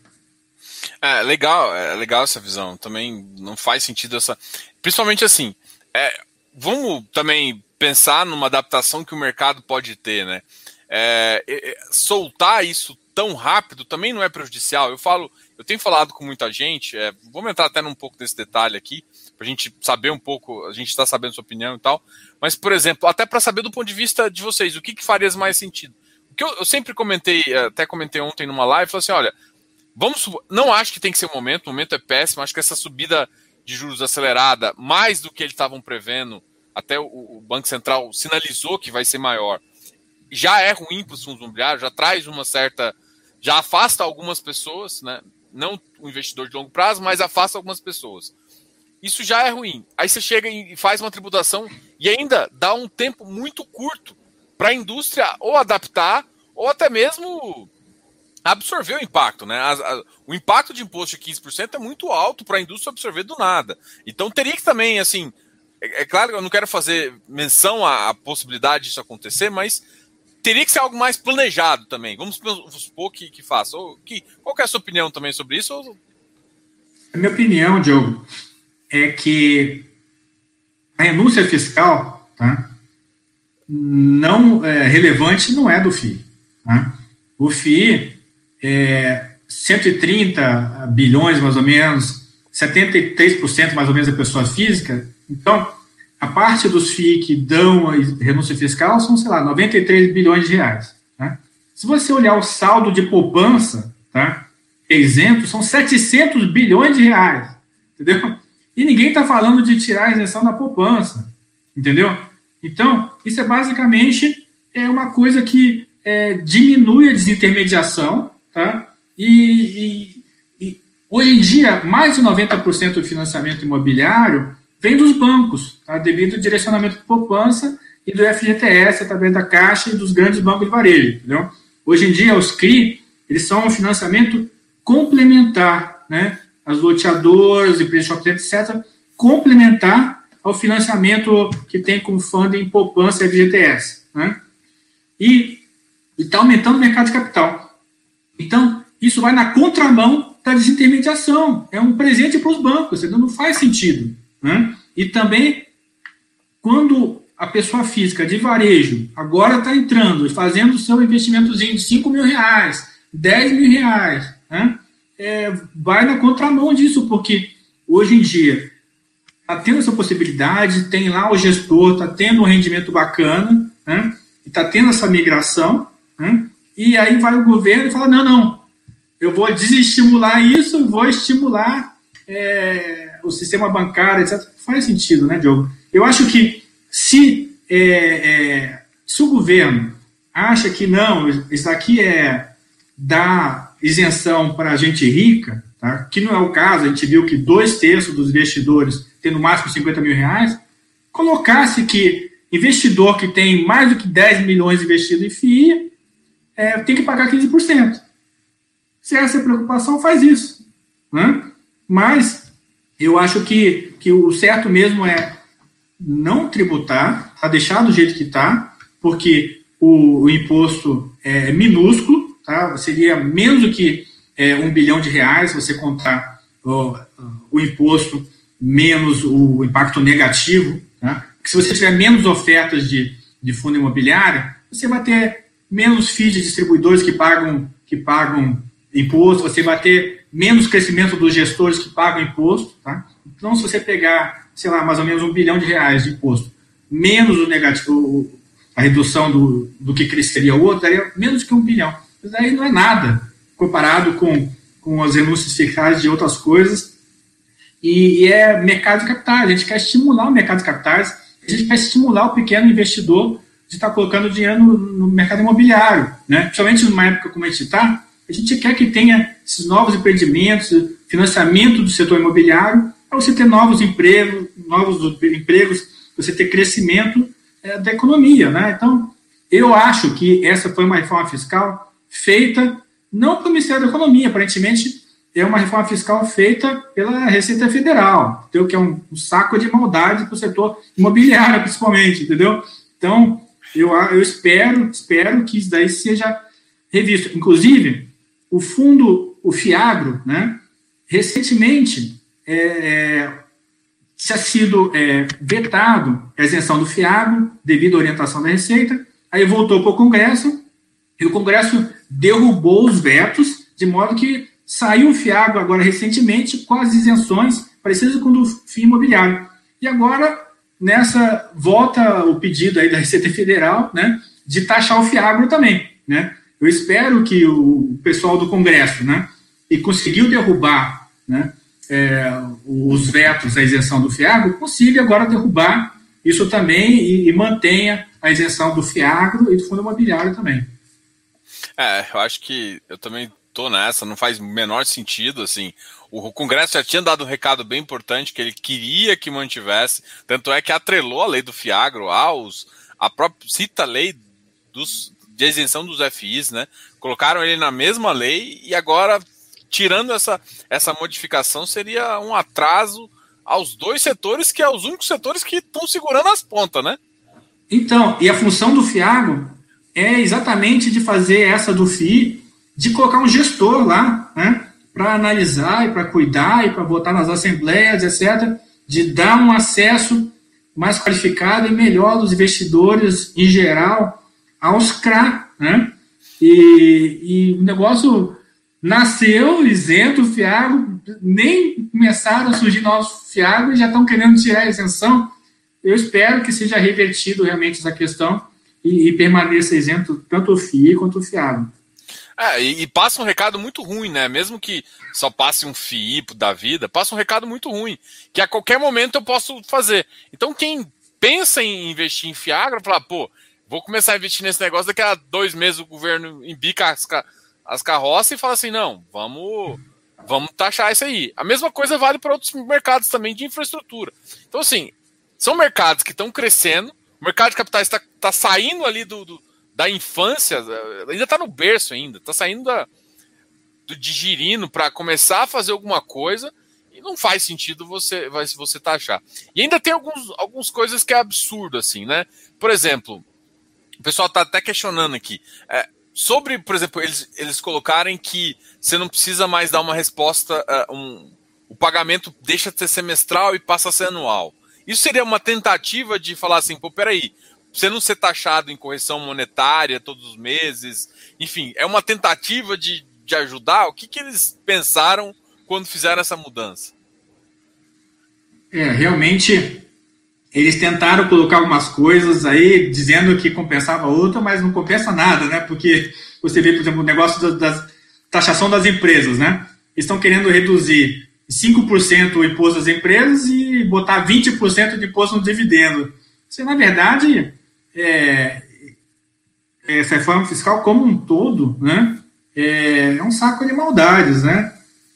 É legal, é legal essa visão. Também não faz sentido essa... Principalmente assim, é, vamos também pensar numa adaptação que o mercado pode ter, né? É, é, soltar isso tão rápido também não é prejudicial. Eu falo, eu tenho falado com muita gente, é, vamos entrar até num pouco desse detalhe aqui, para a gente saber um pouco, a gente está sabendo sua opinião e tal, mas, por exemplo, até para saber do ponto de vista de vocês, o que, que faria mais sentido? O que eu, eu sempre comentei, até comentei ontem numa live, falei assim, olha, vamos, não acho que tem que ser o momento, o momento é péssimo, acho que essa subida de juros acelerada, mais do que eles estavam prevendo, até o, o Banco Central sinalizou que vai ser maior, já é ruim para os fundos imobiliários, já traz uma certa, já afasta algumas pessoas, né? Não o investidor de longo prazo, mas afasta algumas pessoas. Isso já é ruim. Aí você chega e faz uma tributação e ainda dá um tempo muito curto para a indústria ou adaptar ou até mesmo absorver o impacto, né? A, a, o impacto de imposto de quinze por cento é muito alto para a indústria absorver do nada. Então teria que também, assim, é, é claro que eu não quero fazer menção à, à possibilidade disso acontecer, mas teria que ser algo mais planejado também. Vamos supor que, que faça. Ou, que, qual que é a sua opinião também sobre isso? Ou... A minha opinião, Diogo, é que a renúncia fiscal, tá, não é, relevante não é do F I I. Tá? O F I I é cento e trinta bilhões, mais ou menos, setenta e três por cento mais ou menos é pessoa física. Então, a parte dos F I I que dão a renúncia fiscal são, sei lá, noventa e três bilhões de reais. Tá? Se você olhar o saldo de poupança, tá, isento, são setecentos bilhões de reais. Entendeu? E ninguém está falando de tirar a isenção da poupança. Entendeu? Então, isso é basicamente é uma coisa que é, diminui a desintermediação. Tá? E, e, e hoje em dia, mais de noventa por cento do financiamento imobiliário vem dos bancos, tá? Devido ao direcionamento de poupança e do F G T S através da Caixa e dos grandes bancos de varejo. Entendeu? Hoje em dia, os C R I, eles são um financiamento complementar, né? As loteadoras, empresas de shopping, etcétera, complementar ao financiamento que tem como funding poupança e F G T S. Né? E está aumentando o mercado de capital. Então, isso vai na contramão da desintermediação. É um presente para os bancos, entendeu? Não faz sentido. Né? E também, quando a pessoa física de varejo agora está entrando e fazendo o seu investimentozinho de cinco mil reais, dez mil reais, né? É, vai na contramão disso, porque hoje em dia está tendo essa possibilidade, tem lá o gestor, está tendo um rendimento bacana, né? Está tendo essa migração, né? E aí vai o governo e fala, não, não, eu vou desestimular isso, vou estimular é, o sistema bancário, etcétera. Faz sentido, né, Diogo? Eu acho que se, é, é, se o governo acha que não, isso aqui é dar isenção para a gente rica, tá? Que não é o caso, a gente viu que dois terços dos investidores têm no máximo cinquenta mil reais, colocasse que investidor que tem mais do que dez milhões investido em F I I é, tem que pagar quinze por cento. Se essa é a preocupação, faz isso, né? Mas eu acho que, que o certo mesmo é não tributar, tá? Deixar do jeito que está, porque o, o imposto é minúsculo, tá? Seria menos do que é, um bilhão de reais se você contar o, o imposto menos o impacto negativo, tá? Porque se você tiver menos ofertas de, de fundo imobiliário, você vai ter menos F I I de distribuidores que pagam, que pagam imposto, você vai ter menos crescimento dos gestores que pagam imposto, tá? Então, se você pegar, sei lá, mais ou menos um bilhão de reais de imposto, menos o negativo, a redução do, do que cresceria o outro, daria menos que um bilhão. Isso aí não é nada comparado com, com as renúncias fiscais de outras coisas. E, e é mercado de capitais. A gente quer estimular o mercado de capitais, a gente quer estimular o pequeno investidor de estar colocando dinheiro no, no mercado imobiliário, né? Principalmente numa época como a gente está, a gente quer que tenha esses novos empreendimentos, financiamento do setor imobiliário, para você ter novos empregos, novos empregos, você ter crescimento é, da economia, né? Então, eu acho que essa foi uma reforma fiscal feita não pelo Ministério da Economia, aparentemente é uma reforma fiscal feita pela Receita Federal, entendeu? Que é um, um saco de maldade para o setor imobiliário, principalmente, entendeu? Então, eu, eu espero, espero que isso daí seja revisto. Inclusive, o fundo, o FIAGRO, né, recentemente é, tinha sido é, vetado a isenção do FIAGRO devido à orientação da Receita, aí voltou para o Congresso, e o Congresso derrubou os vetos, de modo que saiu o FIAGRO agora recentemente com as isenções parecidas com o do F I I imobiliário. E agora, nessa, volta o pedido aí da Receita Federal, né, de taxar o FIAGRO também, né? Eu espero que o pessoal do Congresso, né, e conseguiu derrubar, né, é, os vetos à isenção do FIAGRO, consiga agora derrubar isso também e, e mantenha a isenção do FIAGRO e do fundo imobiliário também. É, eu acho que eu também tô nessa, não faz o menor sentido, assim. O Congresso já tinha dado um recado bem importante que ele queria que mantivesse, tanto é que atrelou a lei do FIAGRO aos, a própria, cita a lei dos, de isenção dos F Is, né? Colocaram ele na mesma lei e agora, tirando essa, essa modificação, seria um atraso aos dois setores, que é os únicos setores que estão segurando as pontas, né? Então, e a função do FIAGRO é exatamente de fazer essa do F I, de colocar um gestor lá, né, para analisar e para cuidar e para votar nas assembleias, etcétera, de dar um acesso mais qualificado e melhor dos investidores em geral aos C R A, né? E, e o negócio nasceu isento, o FIAGRO, nem começaram a surgir novos FIAGRO e já estão querendo tirar a isenção. Eu espero que seja revertido realmente essa questão e, e permaneça isento tanto o F I I quanto o FIAGRO. É, e, e passa um recado muito ruim, né? Mesmo que só passe um F I I da vida, passa um recado muito ruim, que a qualquer momento eu posso fazer. Então quem pensa em investir em FIAGRO, fala, pô, vou começar a investir nesse negócio, daqui a dois meses o governo embica as, as carroças e fala assim, não, vamos, vamos taxar isso aí. A mesma coisa vale para outros mercados também de infraestrutura. Então assim, são mercados que estão crescendo, o mercado de capitais está tá saindo ali do, do da infância, ainda está no berço ainda, está saindo da, do digirino para começar a fazer alguma coisa e não faz sentido você, você taxar. E ainda tem alguns, algumas coisas que é absurdo, assim, né? Por exemplo, o pessoal está até questionando aqui, é, sobre, por exemplo, eles, eles colocarem que você não precisa mais dar uma resposta, uh, um, o pagamento deixa de ser semestral e passa a ser anual. Isso seria uma tentativa de falar assim, pô, peraí, você não ser taxado em correção monetária todos os meses, enfim, é uma tentativa de, de ajudar? O que, que eles pensaram quando fizeram essa mudança? É, realmente, eles tentaram colocar algumas coisas aí, dizendo que compensava outra, mas não compensa nada, né? Porque você vê, por exemplo, o negócio da, da taxação das empresas, né? Eles estão querendo reduzir cinco por cento o imposto das empresas e botar vinte por cento de imposto no dividendo. Isso, na verdade, é, essa reforma fiscal como um todo, né, é, é um saco de maldades, né?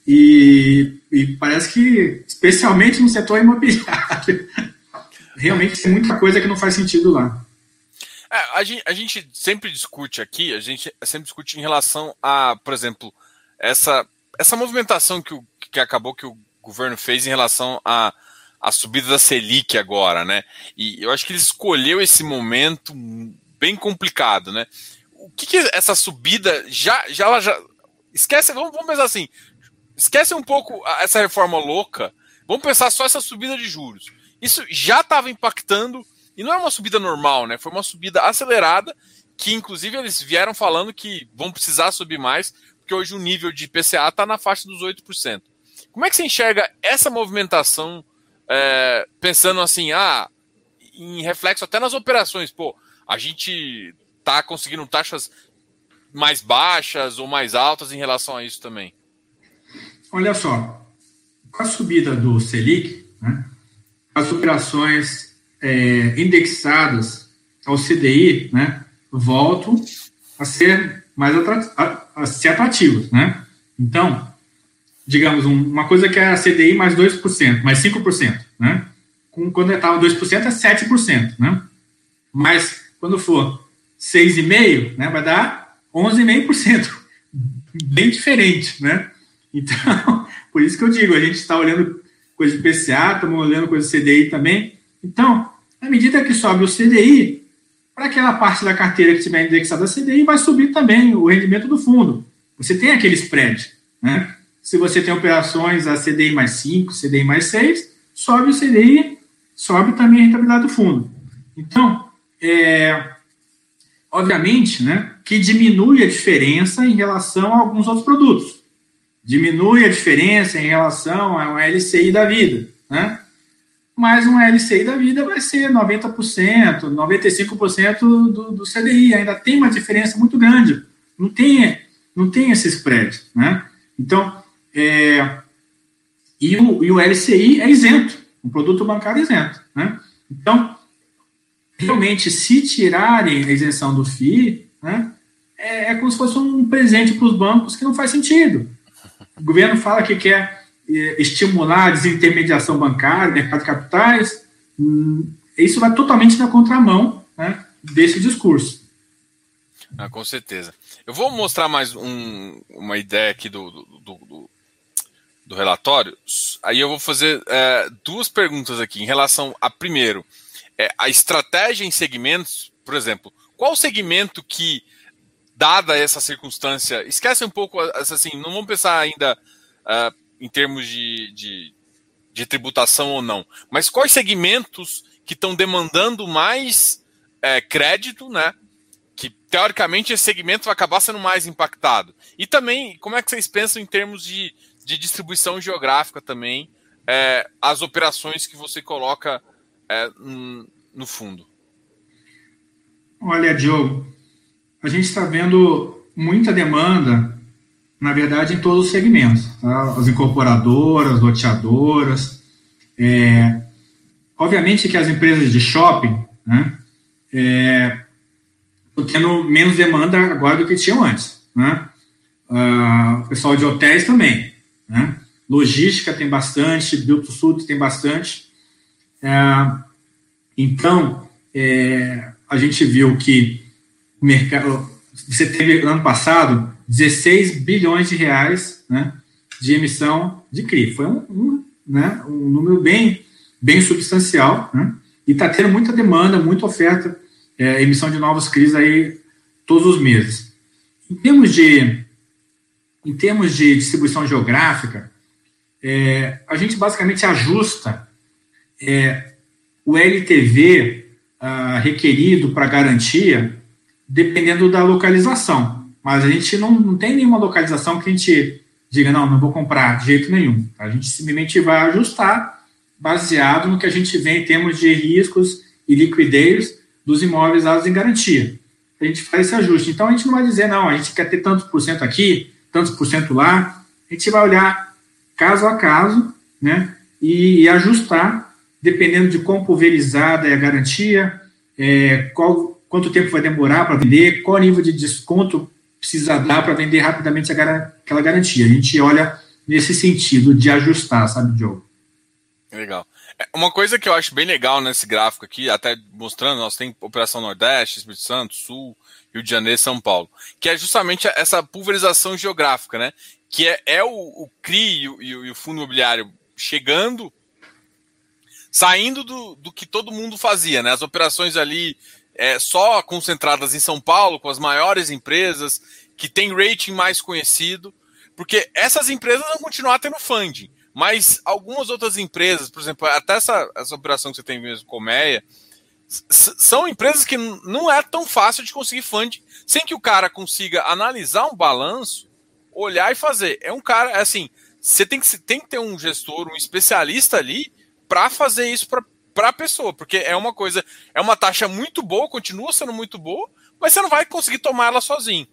E, e parece que, especialmente no setor imobiliário, realmente tem muita coisa que não faz sentido lá. É, a, gente, a gente sempre discute aqui, a gente sempre discute em relação a, por exemplo, essa, essa movimentação que, o, que acabou que o governo fez em relação a, a subida da Selic agora, né? E eu acho que ele escolheu esse momento bem complicado, né? O que, que essa subida já, já, ela já esquece, vamos, vamos pensar assim, esquece um pouco essa reforma louca, vamos pensar só essa subida de juros. Isso já estava impactando, e não é uma subida normal, né? Foi uma subida acelerada, que inclusive eles vieram falando que vão precisar subir mais, porque hoje o nível de I P C A está na faixa dos oito por cento. Como é que você enxerga essa movimentação, é, pensando assim, ah, em reflexo até nas operações, pô, a gente está conseguindo taxas mais baixas ou mais altas em relação a isso também? Olha só, com a subida do Selic, né, as operações é, indexadas ao C D I, né, voltam a ser mais atrat- a, a ser atrativas, né? Então, digamos, um, uma coisa que é a C D I mais dois por cento, mais cinco por cento, né? Com, quando estava dois por cento é sete por cento, né? Mas quando for seis vírgula cinco por cento, né, vai dar onze vírgula cinco por cento. Bem diferente, né? Então, por isso que eu digo, a gente está olhando coisa de I P C A, estamos olhando coisa de C D I também. Então, à medida que sobe o C D I, para aquela parte da carteira que estiver indexada a C D I, vai subir também o rendimento do fundo. Você tem aquele spread, né? Se você tem operações a C D I mais cinco, C D I mais seis, sobe o C D I, sobe também a rentabilidade do fundo. Então, é, obviamente, né, que diminui a diferença em relação a alguns outros produtos. Diminui a diferença em relação a um L C I da vida, né? Mas um L C I da vida vai ser noventa por cento, noventa e cinco por cento do, do C D I. Ainda tem uma diferença muito grande. Não tem, não tem esse spread, né? Então, é, e, o, e o L C I é isento, um produto bancário isento, né? Então, realmente, se tirarem a isenção do F I I, né, é, é como se fosse um presente para os bancos que não faz sentido. O governo fala que quer é, estimular a desintermediação bancária, mercado de capitais, hum, isso vai totalmente na contramão, né, desse discurso. Ah, com certeza. Eu vou mostrar mais um, uma ideia aqui do, do, do, do relatório, aí eu vou fazer é, duas perguntas aqui em relação a, primeiro, é, a estratégia em segmentos, por exemplo, qual segmento que, dada essa circunstância, esquece um pouco, assim, não vamos pensar ainda uh, em termos de, de, de tributação ou não, mas quais segmentos que estão demandando mais é, crédito, né? Que teoricamente esse segmento vai acabar sendo mais impactado. E também, como é que vocês pensam em termos de, de distribuição geográfica também, é, as operações que você coloca é, no fundo? Olha, Diogo, a gente está vendo muita demanda, na verdade, em todos os segmentos. Tá? As incorporadoras, loteadoras. É, obviamente que as empresas de shopping, né, é, estão tendo menos demanda agora do que tinham antes. Né? Uh, o pessoal de hotéis também. Né? Logística tem bastante, build-to-suit tem bastante. É, então, é, a gente viu que o mercado, você teve ano passado dezesseis bilhões de reais, né, de emissão de C R I. Foi um, um, né, um número bem, bem substancial, né, e está tendo muita demanda, muita oferta, é, emissão de novos C R Is aí todos os meses. Em termos de, em termos de distribuição geográfica, é, a gente basicamente ajusta é, o L T V uh, requerido para garantia, dependendo da localização. Mas a gente não, não tem nenhuma localização que a gente diga, não, não vou comprar de jeito nenhum. A gente simplesmente vai ajustar baseado no que a gente vê em termos de riscos e liquidez dos imóveis dados em garantia. A gente faz esse ajuste. Então, a gente não vai dizer, não, a gente quer ter tantos por cento aqui, tantos por cento lá. A gente vai olhar caso a caso, né, e, e ajustar, dependendo de quão pulverizada é a garantia, é, qual, quanto tempo vai demorar para vender, qual nível de desconto precisa dar para vender rapidamente a, aquela garantia. A gente olha nesse sentido de ajustar, sabe, Diogo? Legal. Uma coisa que eu acho bem legal nesse gráfico aqui, até mostrando, nós tem Operação Nordeste, Espírito Santo, Sul, Rio de Janeiro e São Paulo, que é justamente essa pulverização geográfica, né? Que é, é o, o C R I e o, e o fundo imobiliário chegando, saindo do, do que todo mundo fazia, né? As operações ali é, só concentradas em São Paulo, com as maiores empresas, que tem rating mais conhecido, porque essas empresas vão continuar tendo funding. Mas algumas outras empresas, por exemplo, até essa, essa operação que você tem mesmo com a Meia, são empresas que não é tão fácil de conseguir funding, sem que o cara consiga analisar um balanço, olhar e fazer. É um cara, é assim, você tem que, tem que ter um gestor, um especialista ali, para fazer isso para a pessoa, porque é uma coisa, é uma taxa muito boa, continua sendo muito boa, mas você não vai conseguir tomar ela sozinho.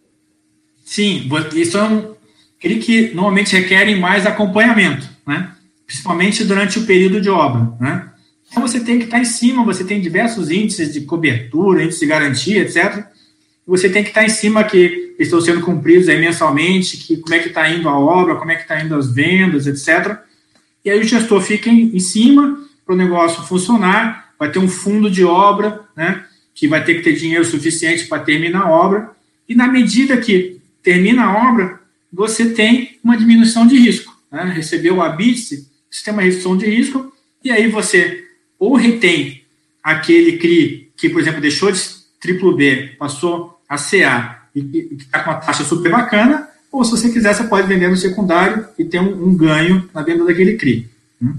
Sim, isso é um... aquele que normalmente requerem mais acompanhamento, né? Principalmente durante o período de obra, né? Então você tem que estar em cima, você tem diversos índices de cobertura, índice de garantia, etcétera. Você tem que estar em cima que estão sendo cumpridos aí mensalmente, que como é que está indo a obra, como é que está indo as vendas, etcétera. E aí o gestor fica em, em cima para o negócio funcionar, vai ter um fundo de obra, né? Que vai ter que ter dinheiro suficiente para terminar a obra, e na medida que termina a obra, você tem uma diminuição de risco, né? Recebeu o habite, você tem uma redução de risco, e aí você ou retém aquele C R I que, por exemplo, deixou de triplo B, passou a C A e que está com uma taxa super bacana, ou se você quiser, você pode vender no secundário e ter um, um ganho na venda daquele C R I. Hum?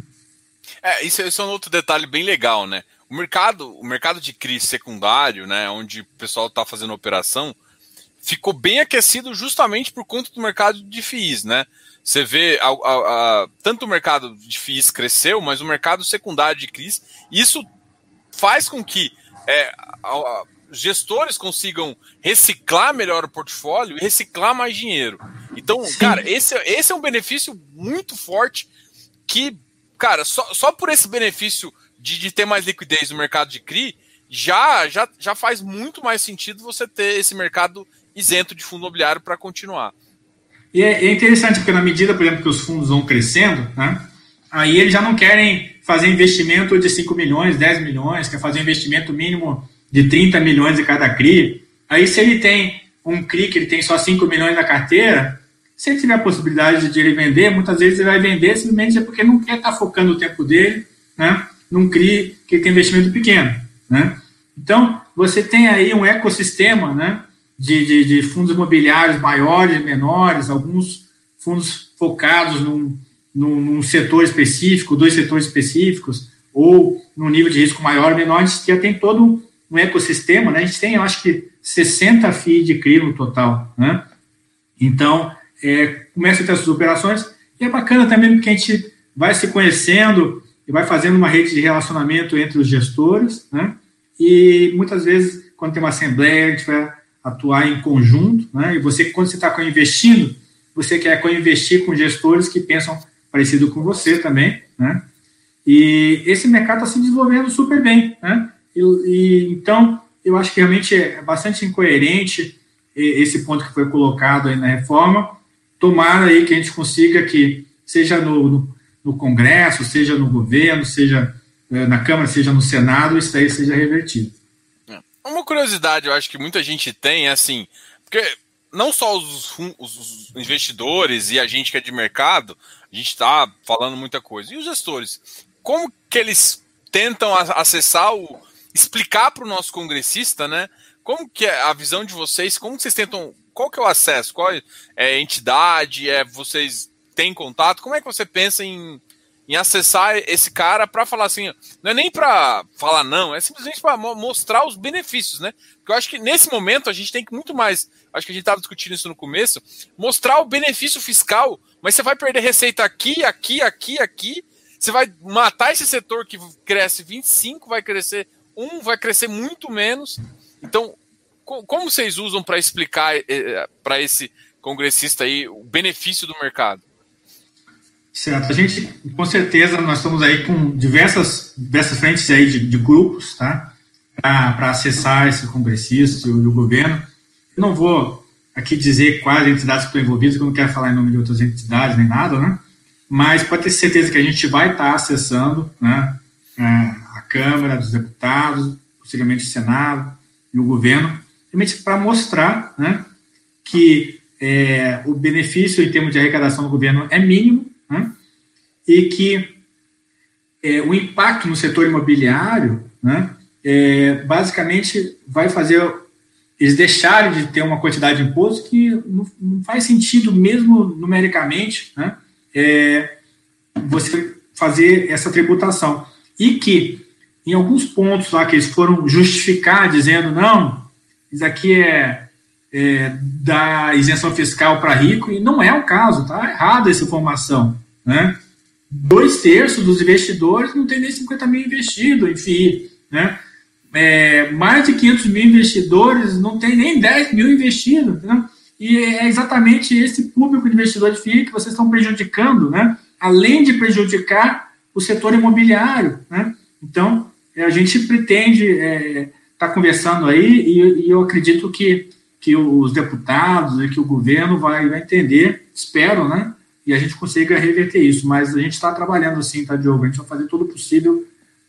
É, isso, isso é um outro detalhe bem legal, né? O mercado, o mercado de C R I secundário, né, onde o pessoal está fazendo operação, ficou bem aquecido justamente por conta do mercado de F I Is, né? Você vê, a, a, a, tanto o mercado de F I Is cresceu, mas o mercado secundário de C R Is, isso faz com que é, a, a, gestores consigam reciclar melhor o portfólio e reciclar mais dinheiro. Então, Sim. cara, esse, esse é um benefício muito forte que, cara, só, só por esse benefício de, de ter mais liquidez no mercado de C R I, já, já, já faz muito mais sentido você ter esse mercado isento de fundo imobiliário para continuar. E é, é interessante, porque na medida, por exemplo, que os fundos vão crescendo, né, aí eles já não querem fazer investimento de cinco milhões, dez milhões, quer fazer um investimento mínimo de trinta milhões em cada C R I. Aí, se ele tem um C R I que ele tem só cinco milhões na carteira, se ele tiver a possibilidade de ele vender, muitas vezes ele vai vender simplesmente porque não quer estar focando o tempo dele, né, num C R I que tem investimento pequeno, né? Então, você tem aí um ecossistema, né, de, de, de fundos imobiliários maiores, menores, alguns fundos focados num, num, num setor específico, dois setores específicos, ou num nível de risco maior ou menor. A gente já tem todo um ecossistema, né? A gente tem, eu acho que, sessenta F I I de C R I no total, né? Então, é, começa a ter essas operações, e é bacana também porque a gente vai se conhecendo e vai fazendo uma rede de relacionamento entre os gestores, né? E muitas vezes, quando tem uma assembleia, a gente vai atuar em conjunto, né? E você, quando você está co-investindo, você quer co-investir com gestores que pensam parecido com você também, né? E esse mercado está se desenvolvendo super bem, né? E, e, então, eu acho que realmente é bastante incoerente esse ponto que foi colocado aí na reforma. Tomara aí que a gente consiga que, seja no, no, no Congresso, seja no governo, seja na Câmara, seja no Senado, isso daí seja revertido. Uma curiosidade, eu acho que muita gente tem, é assim, porque não só os, os investidores e a gente que é de mercado, a gente está falando muita coisa, e os gestores, como que eles tentam acessar, o, explicar para o nosso congressista, né, como que é a visão de vocês, como que vocês tentam, qual que é o acesso, qual é a entidade, é, vocês têm contato, como é que você pensa em, em acessar esse cara para falar assim, não é nem para falar não, é simplesmente para mostrar os benefícios, né? Porque eu acho que nesse momento a gente tem que muito mais, acho que a gente estava discutindo isso no começo, mostrar o benefício fiscal, mas você vai perder receita aqui, aqui, aqui, aqui, você vai matar esse setor que cresce vinte e cinco, vai crescer um, vai crescer muito menos. Então, como vocês usam para explicar para esse congressista aí o benefício do mercado? Certo. A gente, com certeza, nós estamos aí com diversas, diversas frentes aí de, de grupos, tá? Para acessar esse congressista e o, o governo. Eu não vou aqui dizer quais entidades que estão envolvidas, porque eu não quero falar em nome de outras entidades nem nada, né? Mas pode ter certeza que a gente vai estar acessando, né, a Câmara dos Deputados, possivelmente o Senado e o governo, realmente para mostrar, né, que é, o benefício em termos de arrecadação do governo é mínimo, né, e que é, o impacto no setor imobiliário, né, é, basicamente vai fazer eles deixarem de ter uma quantidade de imposto que não, não faz sentido mesmo numericamente, né, é, você fazer essa tributação. E que, em alguns pontos lá que eles foram justificar, dizendo, não, isso aqui é, é da isenção fiscal para rico, e não é o caso, tá errada essa informação, né? Dois terços dos investidores não tem nem cinquenta mil investido em F I I, né? É, mais de quinhentos mil investidores não tem nem dez mil investido, entendeu? E é exatamente esse público de investidor de F I I que vocês estão prejudicando, né? Além de prejudicar o setor imobiliário, né? Então, a gente pretende estar é, tá conversando aí e, e eu acredito que, que os deputados e que o governo vai, vai entender, espero, né? E a gente consiga reverter isso. Mas a gente está trabalhando assim, tá, Diogo? A gente vai fazer tudo possível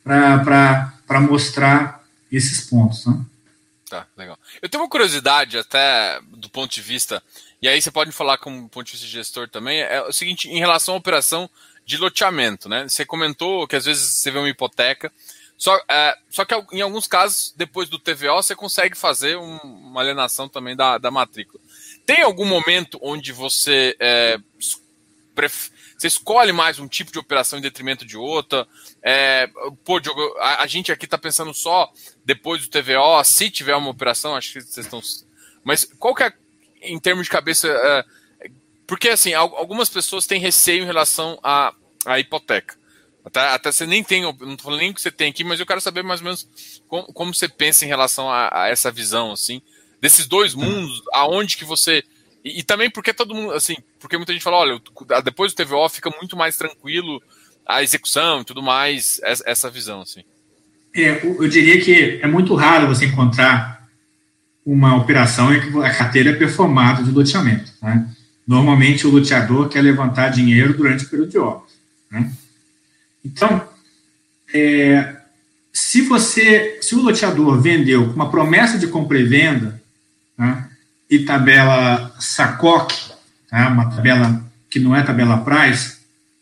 para mostrar esses pontos, né? Tá, legal. Eu tenho uma curiosidade até do ponto de vista, e aí você pode falar como ponto de vista de gestor também, é o seguinte, em relação à operação de loteamento, né? Você comentou que às vezes você vê uma hipoteca, só, é, só que em alguns casos, depois do T V O, você consegue fazer um, uma alienação também da, da matrícula. Tem algum momento onde você, é, pref... você escolhe mais um tipo de operação em detrimento de outra? É, pô, Diogo, a, a gente aqui está pensando só depois do T V O, se tiver uma operação, acho que vocês estão... Mas qual que é, em termos de cabeça... É, porque, assim, algumas pessoas têm receio em relação à, à hipoteca. Até, até você nem tem, não estou falando nem o que você tem aqui, mas eu quero saber mais ou menos como, como você pensa em relação a, a essa visão, assim, desses dois mundos, aonde que você... E, e também porque todo mundo, assim, porque muita gente fala, olha, depois do T V O fica muito mais tranquilo a execução e tudo mais, essa, essa visão, assim. É, eu diria que é muito raro você encontrar uma operação em que a carteira é performada de loteamento, né? Normalmente, o loteador quer levantar dinheiro durante o período de obras, né? Então, é, se você, se o loteador vendeu com uma promessa de compra e venda, né, e tabela S A C O C, tá, uma tabela que não é tabela price,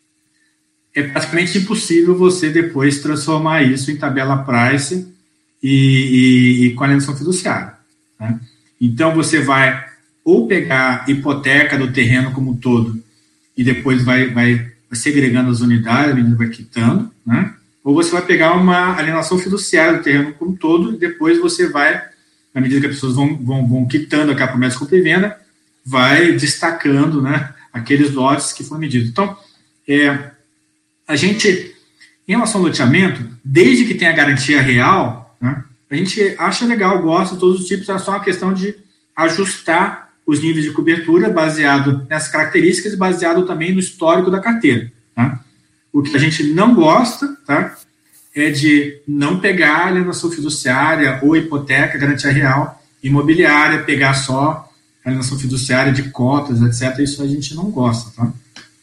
é praticamente impossível você depois transformar isso em tabela price e, e, e com alienação fiduciária, né? Então, você vai ou pegar a hipoteca do terreno como um todo e depois vai, vai segregando as unidades, vai quitando, né? Ou você vai pegar uma alienação fiduciária do terreno como um todo e depois você vai, na medida que as pessoas vão, vão, vão quitando aquela promessa de compra e venda, vai destacando, né, aqueles lotes que foram medidos. Então, é, a gente, em relação ao loteamento, desde que tenha garantia real, né, a gente acha legal, gosta de todos os tipos, é só uma questão de ajustar os níveis de cobertura baseado nessas características e baseado também no histórico da carteira, tá? O que a gente não gosta, tá, é de não pegar alienação fiduciária ou hipoteca, garantia real, imobiliária, pegar só alienação fiduciária de cotas, etcétera. Isso a gente não gosta, tá?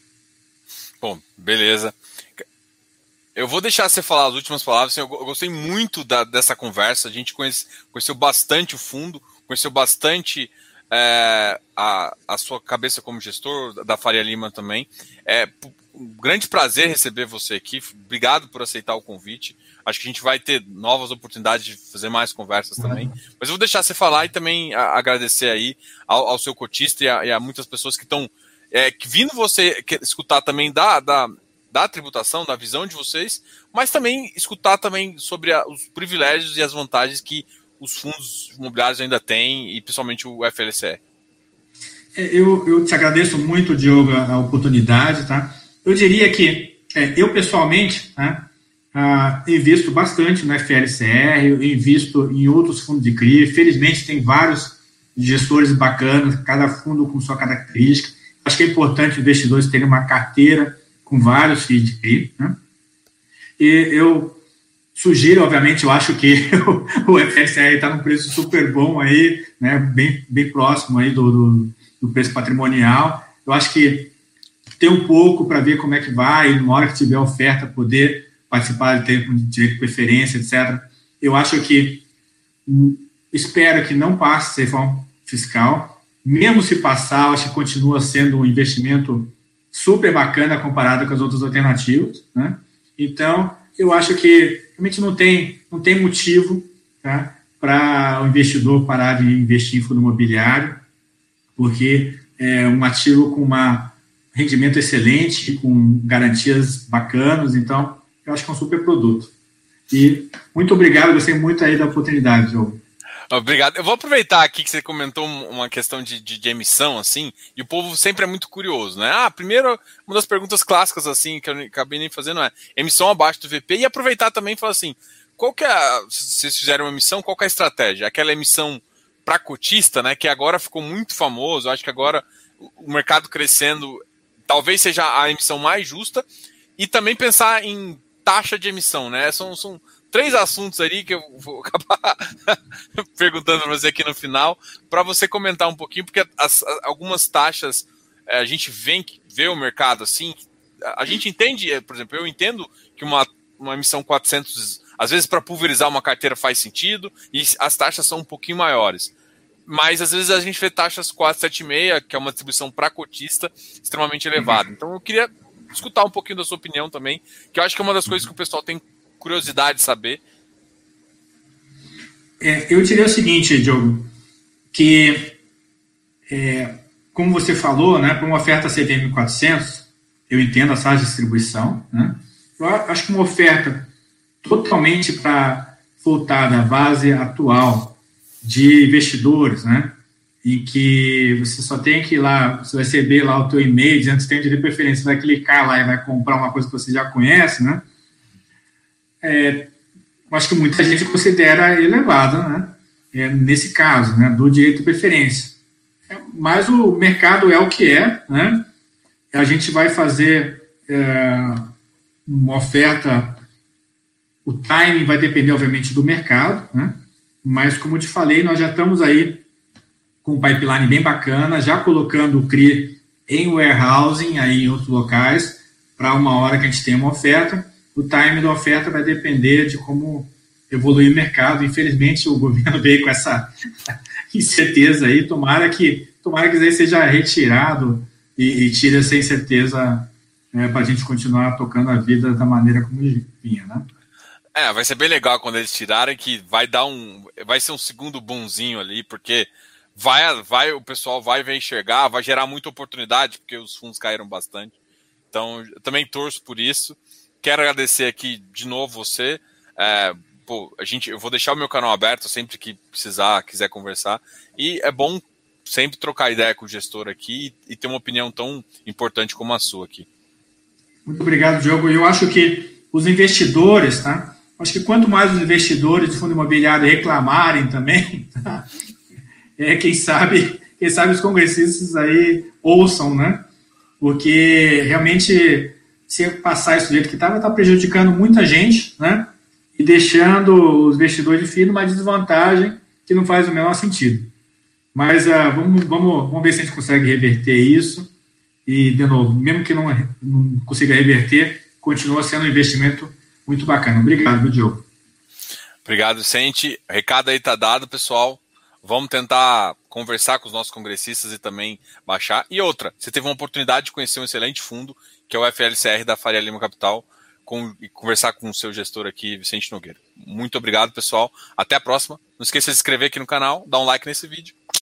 Bom, beleza. Eu vou deixar você falar as últimas palavras. Eu gostei muito da, dessa conversa. A gente conhece, conheceu bastante o fundo, conheceu bastante... É, a, a sua cabeça como gestor, da Faria Lima também. É um grande prazer receber você aqui. Obrigado por aceitar o convite. Acho que a gente vai ter novas oportunidades de fazer mais conversas também. Mas eu vou deixar você falar e também a, agradecer aí ao, ao seu cotista e a, e a muitas pessoas que estão é, que vindo você escutar também da, da, da tributação, da visão de vocês, mas também escutar também sobre a, os privilégios e as vantagens que os fundos imobiliários ainda têm, e principalmente o F L C R. Eu, eu te agradeço muito, Diogo, a oportunidade, tá? Eu diria que é, eu, pessoalmente, tá, ah, invisto bastante no F L C R, eu invisto em outros fundos de C R I. Felizmente, tem vários gestores bacanas, cada fundo com sua característica. Acho que é importante investidores terem uma carteira com vários F I de C R I, né? E eu sugiro, obviamente, eu acho que o F L C R está num preço super bom aí, né, bem, bem próximo aí do, do, do preço patrimonial. Eu acho que tem um pouco para ver como é que vai, e numa hora que tiver oferta, poder participar de ter direito de preferência, etcétera. Eu acho que, espero que não passe essa reforma fiscal. Mesmo se passar, acho que continua sendo um investimento super bacana comparado com as outras alternativas, né? Então, eu acho que realmente não tem, não tem motivo, tá, para o investidor parar de investir em fundo imobiliário, porque é um ativo com um rendimento excelente, com garantias bacanas. Então, eu acho que é um super produto. E muito obrigado, gostei muito aí da oportunidade, Diogo. Obrigado. Eu vou aproveitar aqui que você comentou uma questão de, de, de emissão, assim, e o povo sempre é muito curioso, né? Ah, primeiro, uma das perguntas clássicas, assim, que eu acabei nem fazendo é emissão abaixo do V P, e aproveitar também e falar assim, qual que é, a, se vocês fizeram uma emissão, qual que é a estratégia? Aquela emissão para cotista, né, que agora ficou muito famoso, acho que agora o mercado crescendo, talvez seja a emissão mais justa, e também pensar em taxa de emissão, né? São, são três assuntos ali que eu vou acabar perguntando para você aqui no final, para você comentar um pouquinho, porque as, algumas taxas, a gente vê, vê o mercado assim, a gente entende, por exemplo, eu entendo que uma, uma emissão quatrocentos, às vezes para pulverizar uma carteira faz sentido, e as taxas são um pouquinho maiores. Mas às vezes a gente vê taxas quatro, sete vírgula cinco, que é uma distribuição para cotista, extremamente elevada. Então eu queria escutar um pouquinho da sua opinião também, que eu acho que é uma das coisas que o pessoal tem curiosidade de saber. É, eu diria o seguinte, Diogo, que é, como você falou, né, para uma oferta C V M quatrocentos, eu entendo a taxa de distribuição, né? Eu acho que uma oferta totalmente para voltada à base atual de investidores, né, em que você só tem que ir lá, você vai receber lá o teu e-mail, dizendo que você tem direito de preferência, você vai clicar lá e vai comprar uma coisa que você já conhece, né? É, acho que muita gente considera elevada, né, é, nesse caso, né, do direito de preferência. É, mas o mercado é o que é, né? A gente vai fazer é, uma oferta, o timing vai depender, obviamente, do mercado, né? Mas, como eu te falei, nós já estamos aí com um pipeline bem bacana, já colocando o C R I em warehousing, aí em outros locais, para uma hora que a gente tenha uma oferta. O time da oferta vai depender de como evoluir o mercado. Infelizmente, o governo veio com essa incerteza aí. Tomara que, tomara que isso aí seja retirado e, e tire essa incerteza, né, para a gente continuar tocando a vida da maneira como vinha, né? É, vai ser bem legal quando eles tirarem, que vai dar um, vai ser um segundo bonzinho ali, porque vai, vai, o pessoal vai ver enxergar, vai gerar muita oportunidade, porque os fundos caíram bastante. Então, eu também torço por isso. Quero agradecer aqui de novo você. É, pô, a gente, eu vou deixar o meu canal aberto sempre que precisar, quiser conversar. E é bom sempre trocar ideia com o gestor aqui e, e ter uma opinião tão importante como a sua aqui. Muito obrigado, Diogo. Eu acho que os investidores, tá? Acho que quanto mais os investidores de fundo imobiliário reclamarem também, tá? É, quem sabe, quem sabe os congressistas aí ouçam, né? Porque realmente, se passar isso do jeito que está, vai estar prejudicando muita gente, né? E deixando os investidores de F I numa desvantagem que não faz o menor sentido. Mas uh, vamos, vamos, vamos ver se a gente consegue reverter isso. E, de novo, mesmo que não, não consiga reverter, continua sendo um investimento muito bacana. Obrigado, Diogo. Obrigado, Vicente. O recado aí está dado, pessoal. Vamos tentar conversar com os nossos congressistas e também baixar. E outra, você teve uma oportunidade de conhecer um excelente fundo, que é o F L C R da Faria Lima Capital, com, e conversar com o seu gestor aqui, Vicente Nogueira. Muito obrigado, pessoal. Até a próxima. Não esqueça de se inscrever aqui no canal, dar um like nesse vídeo.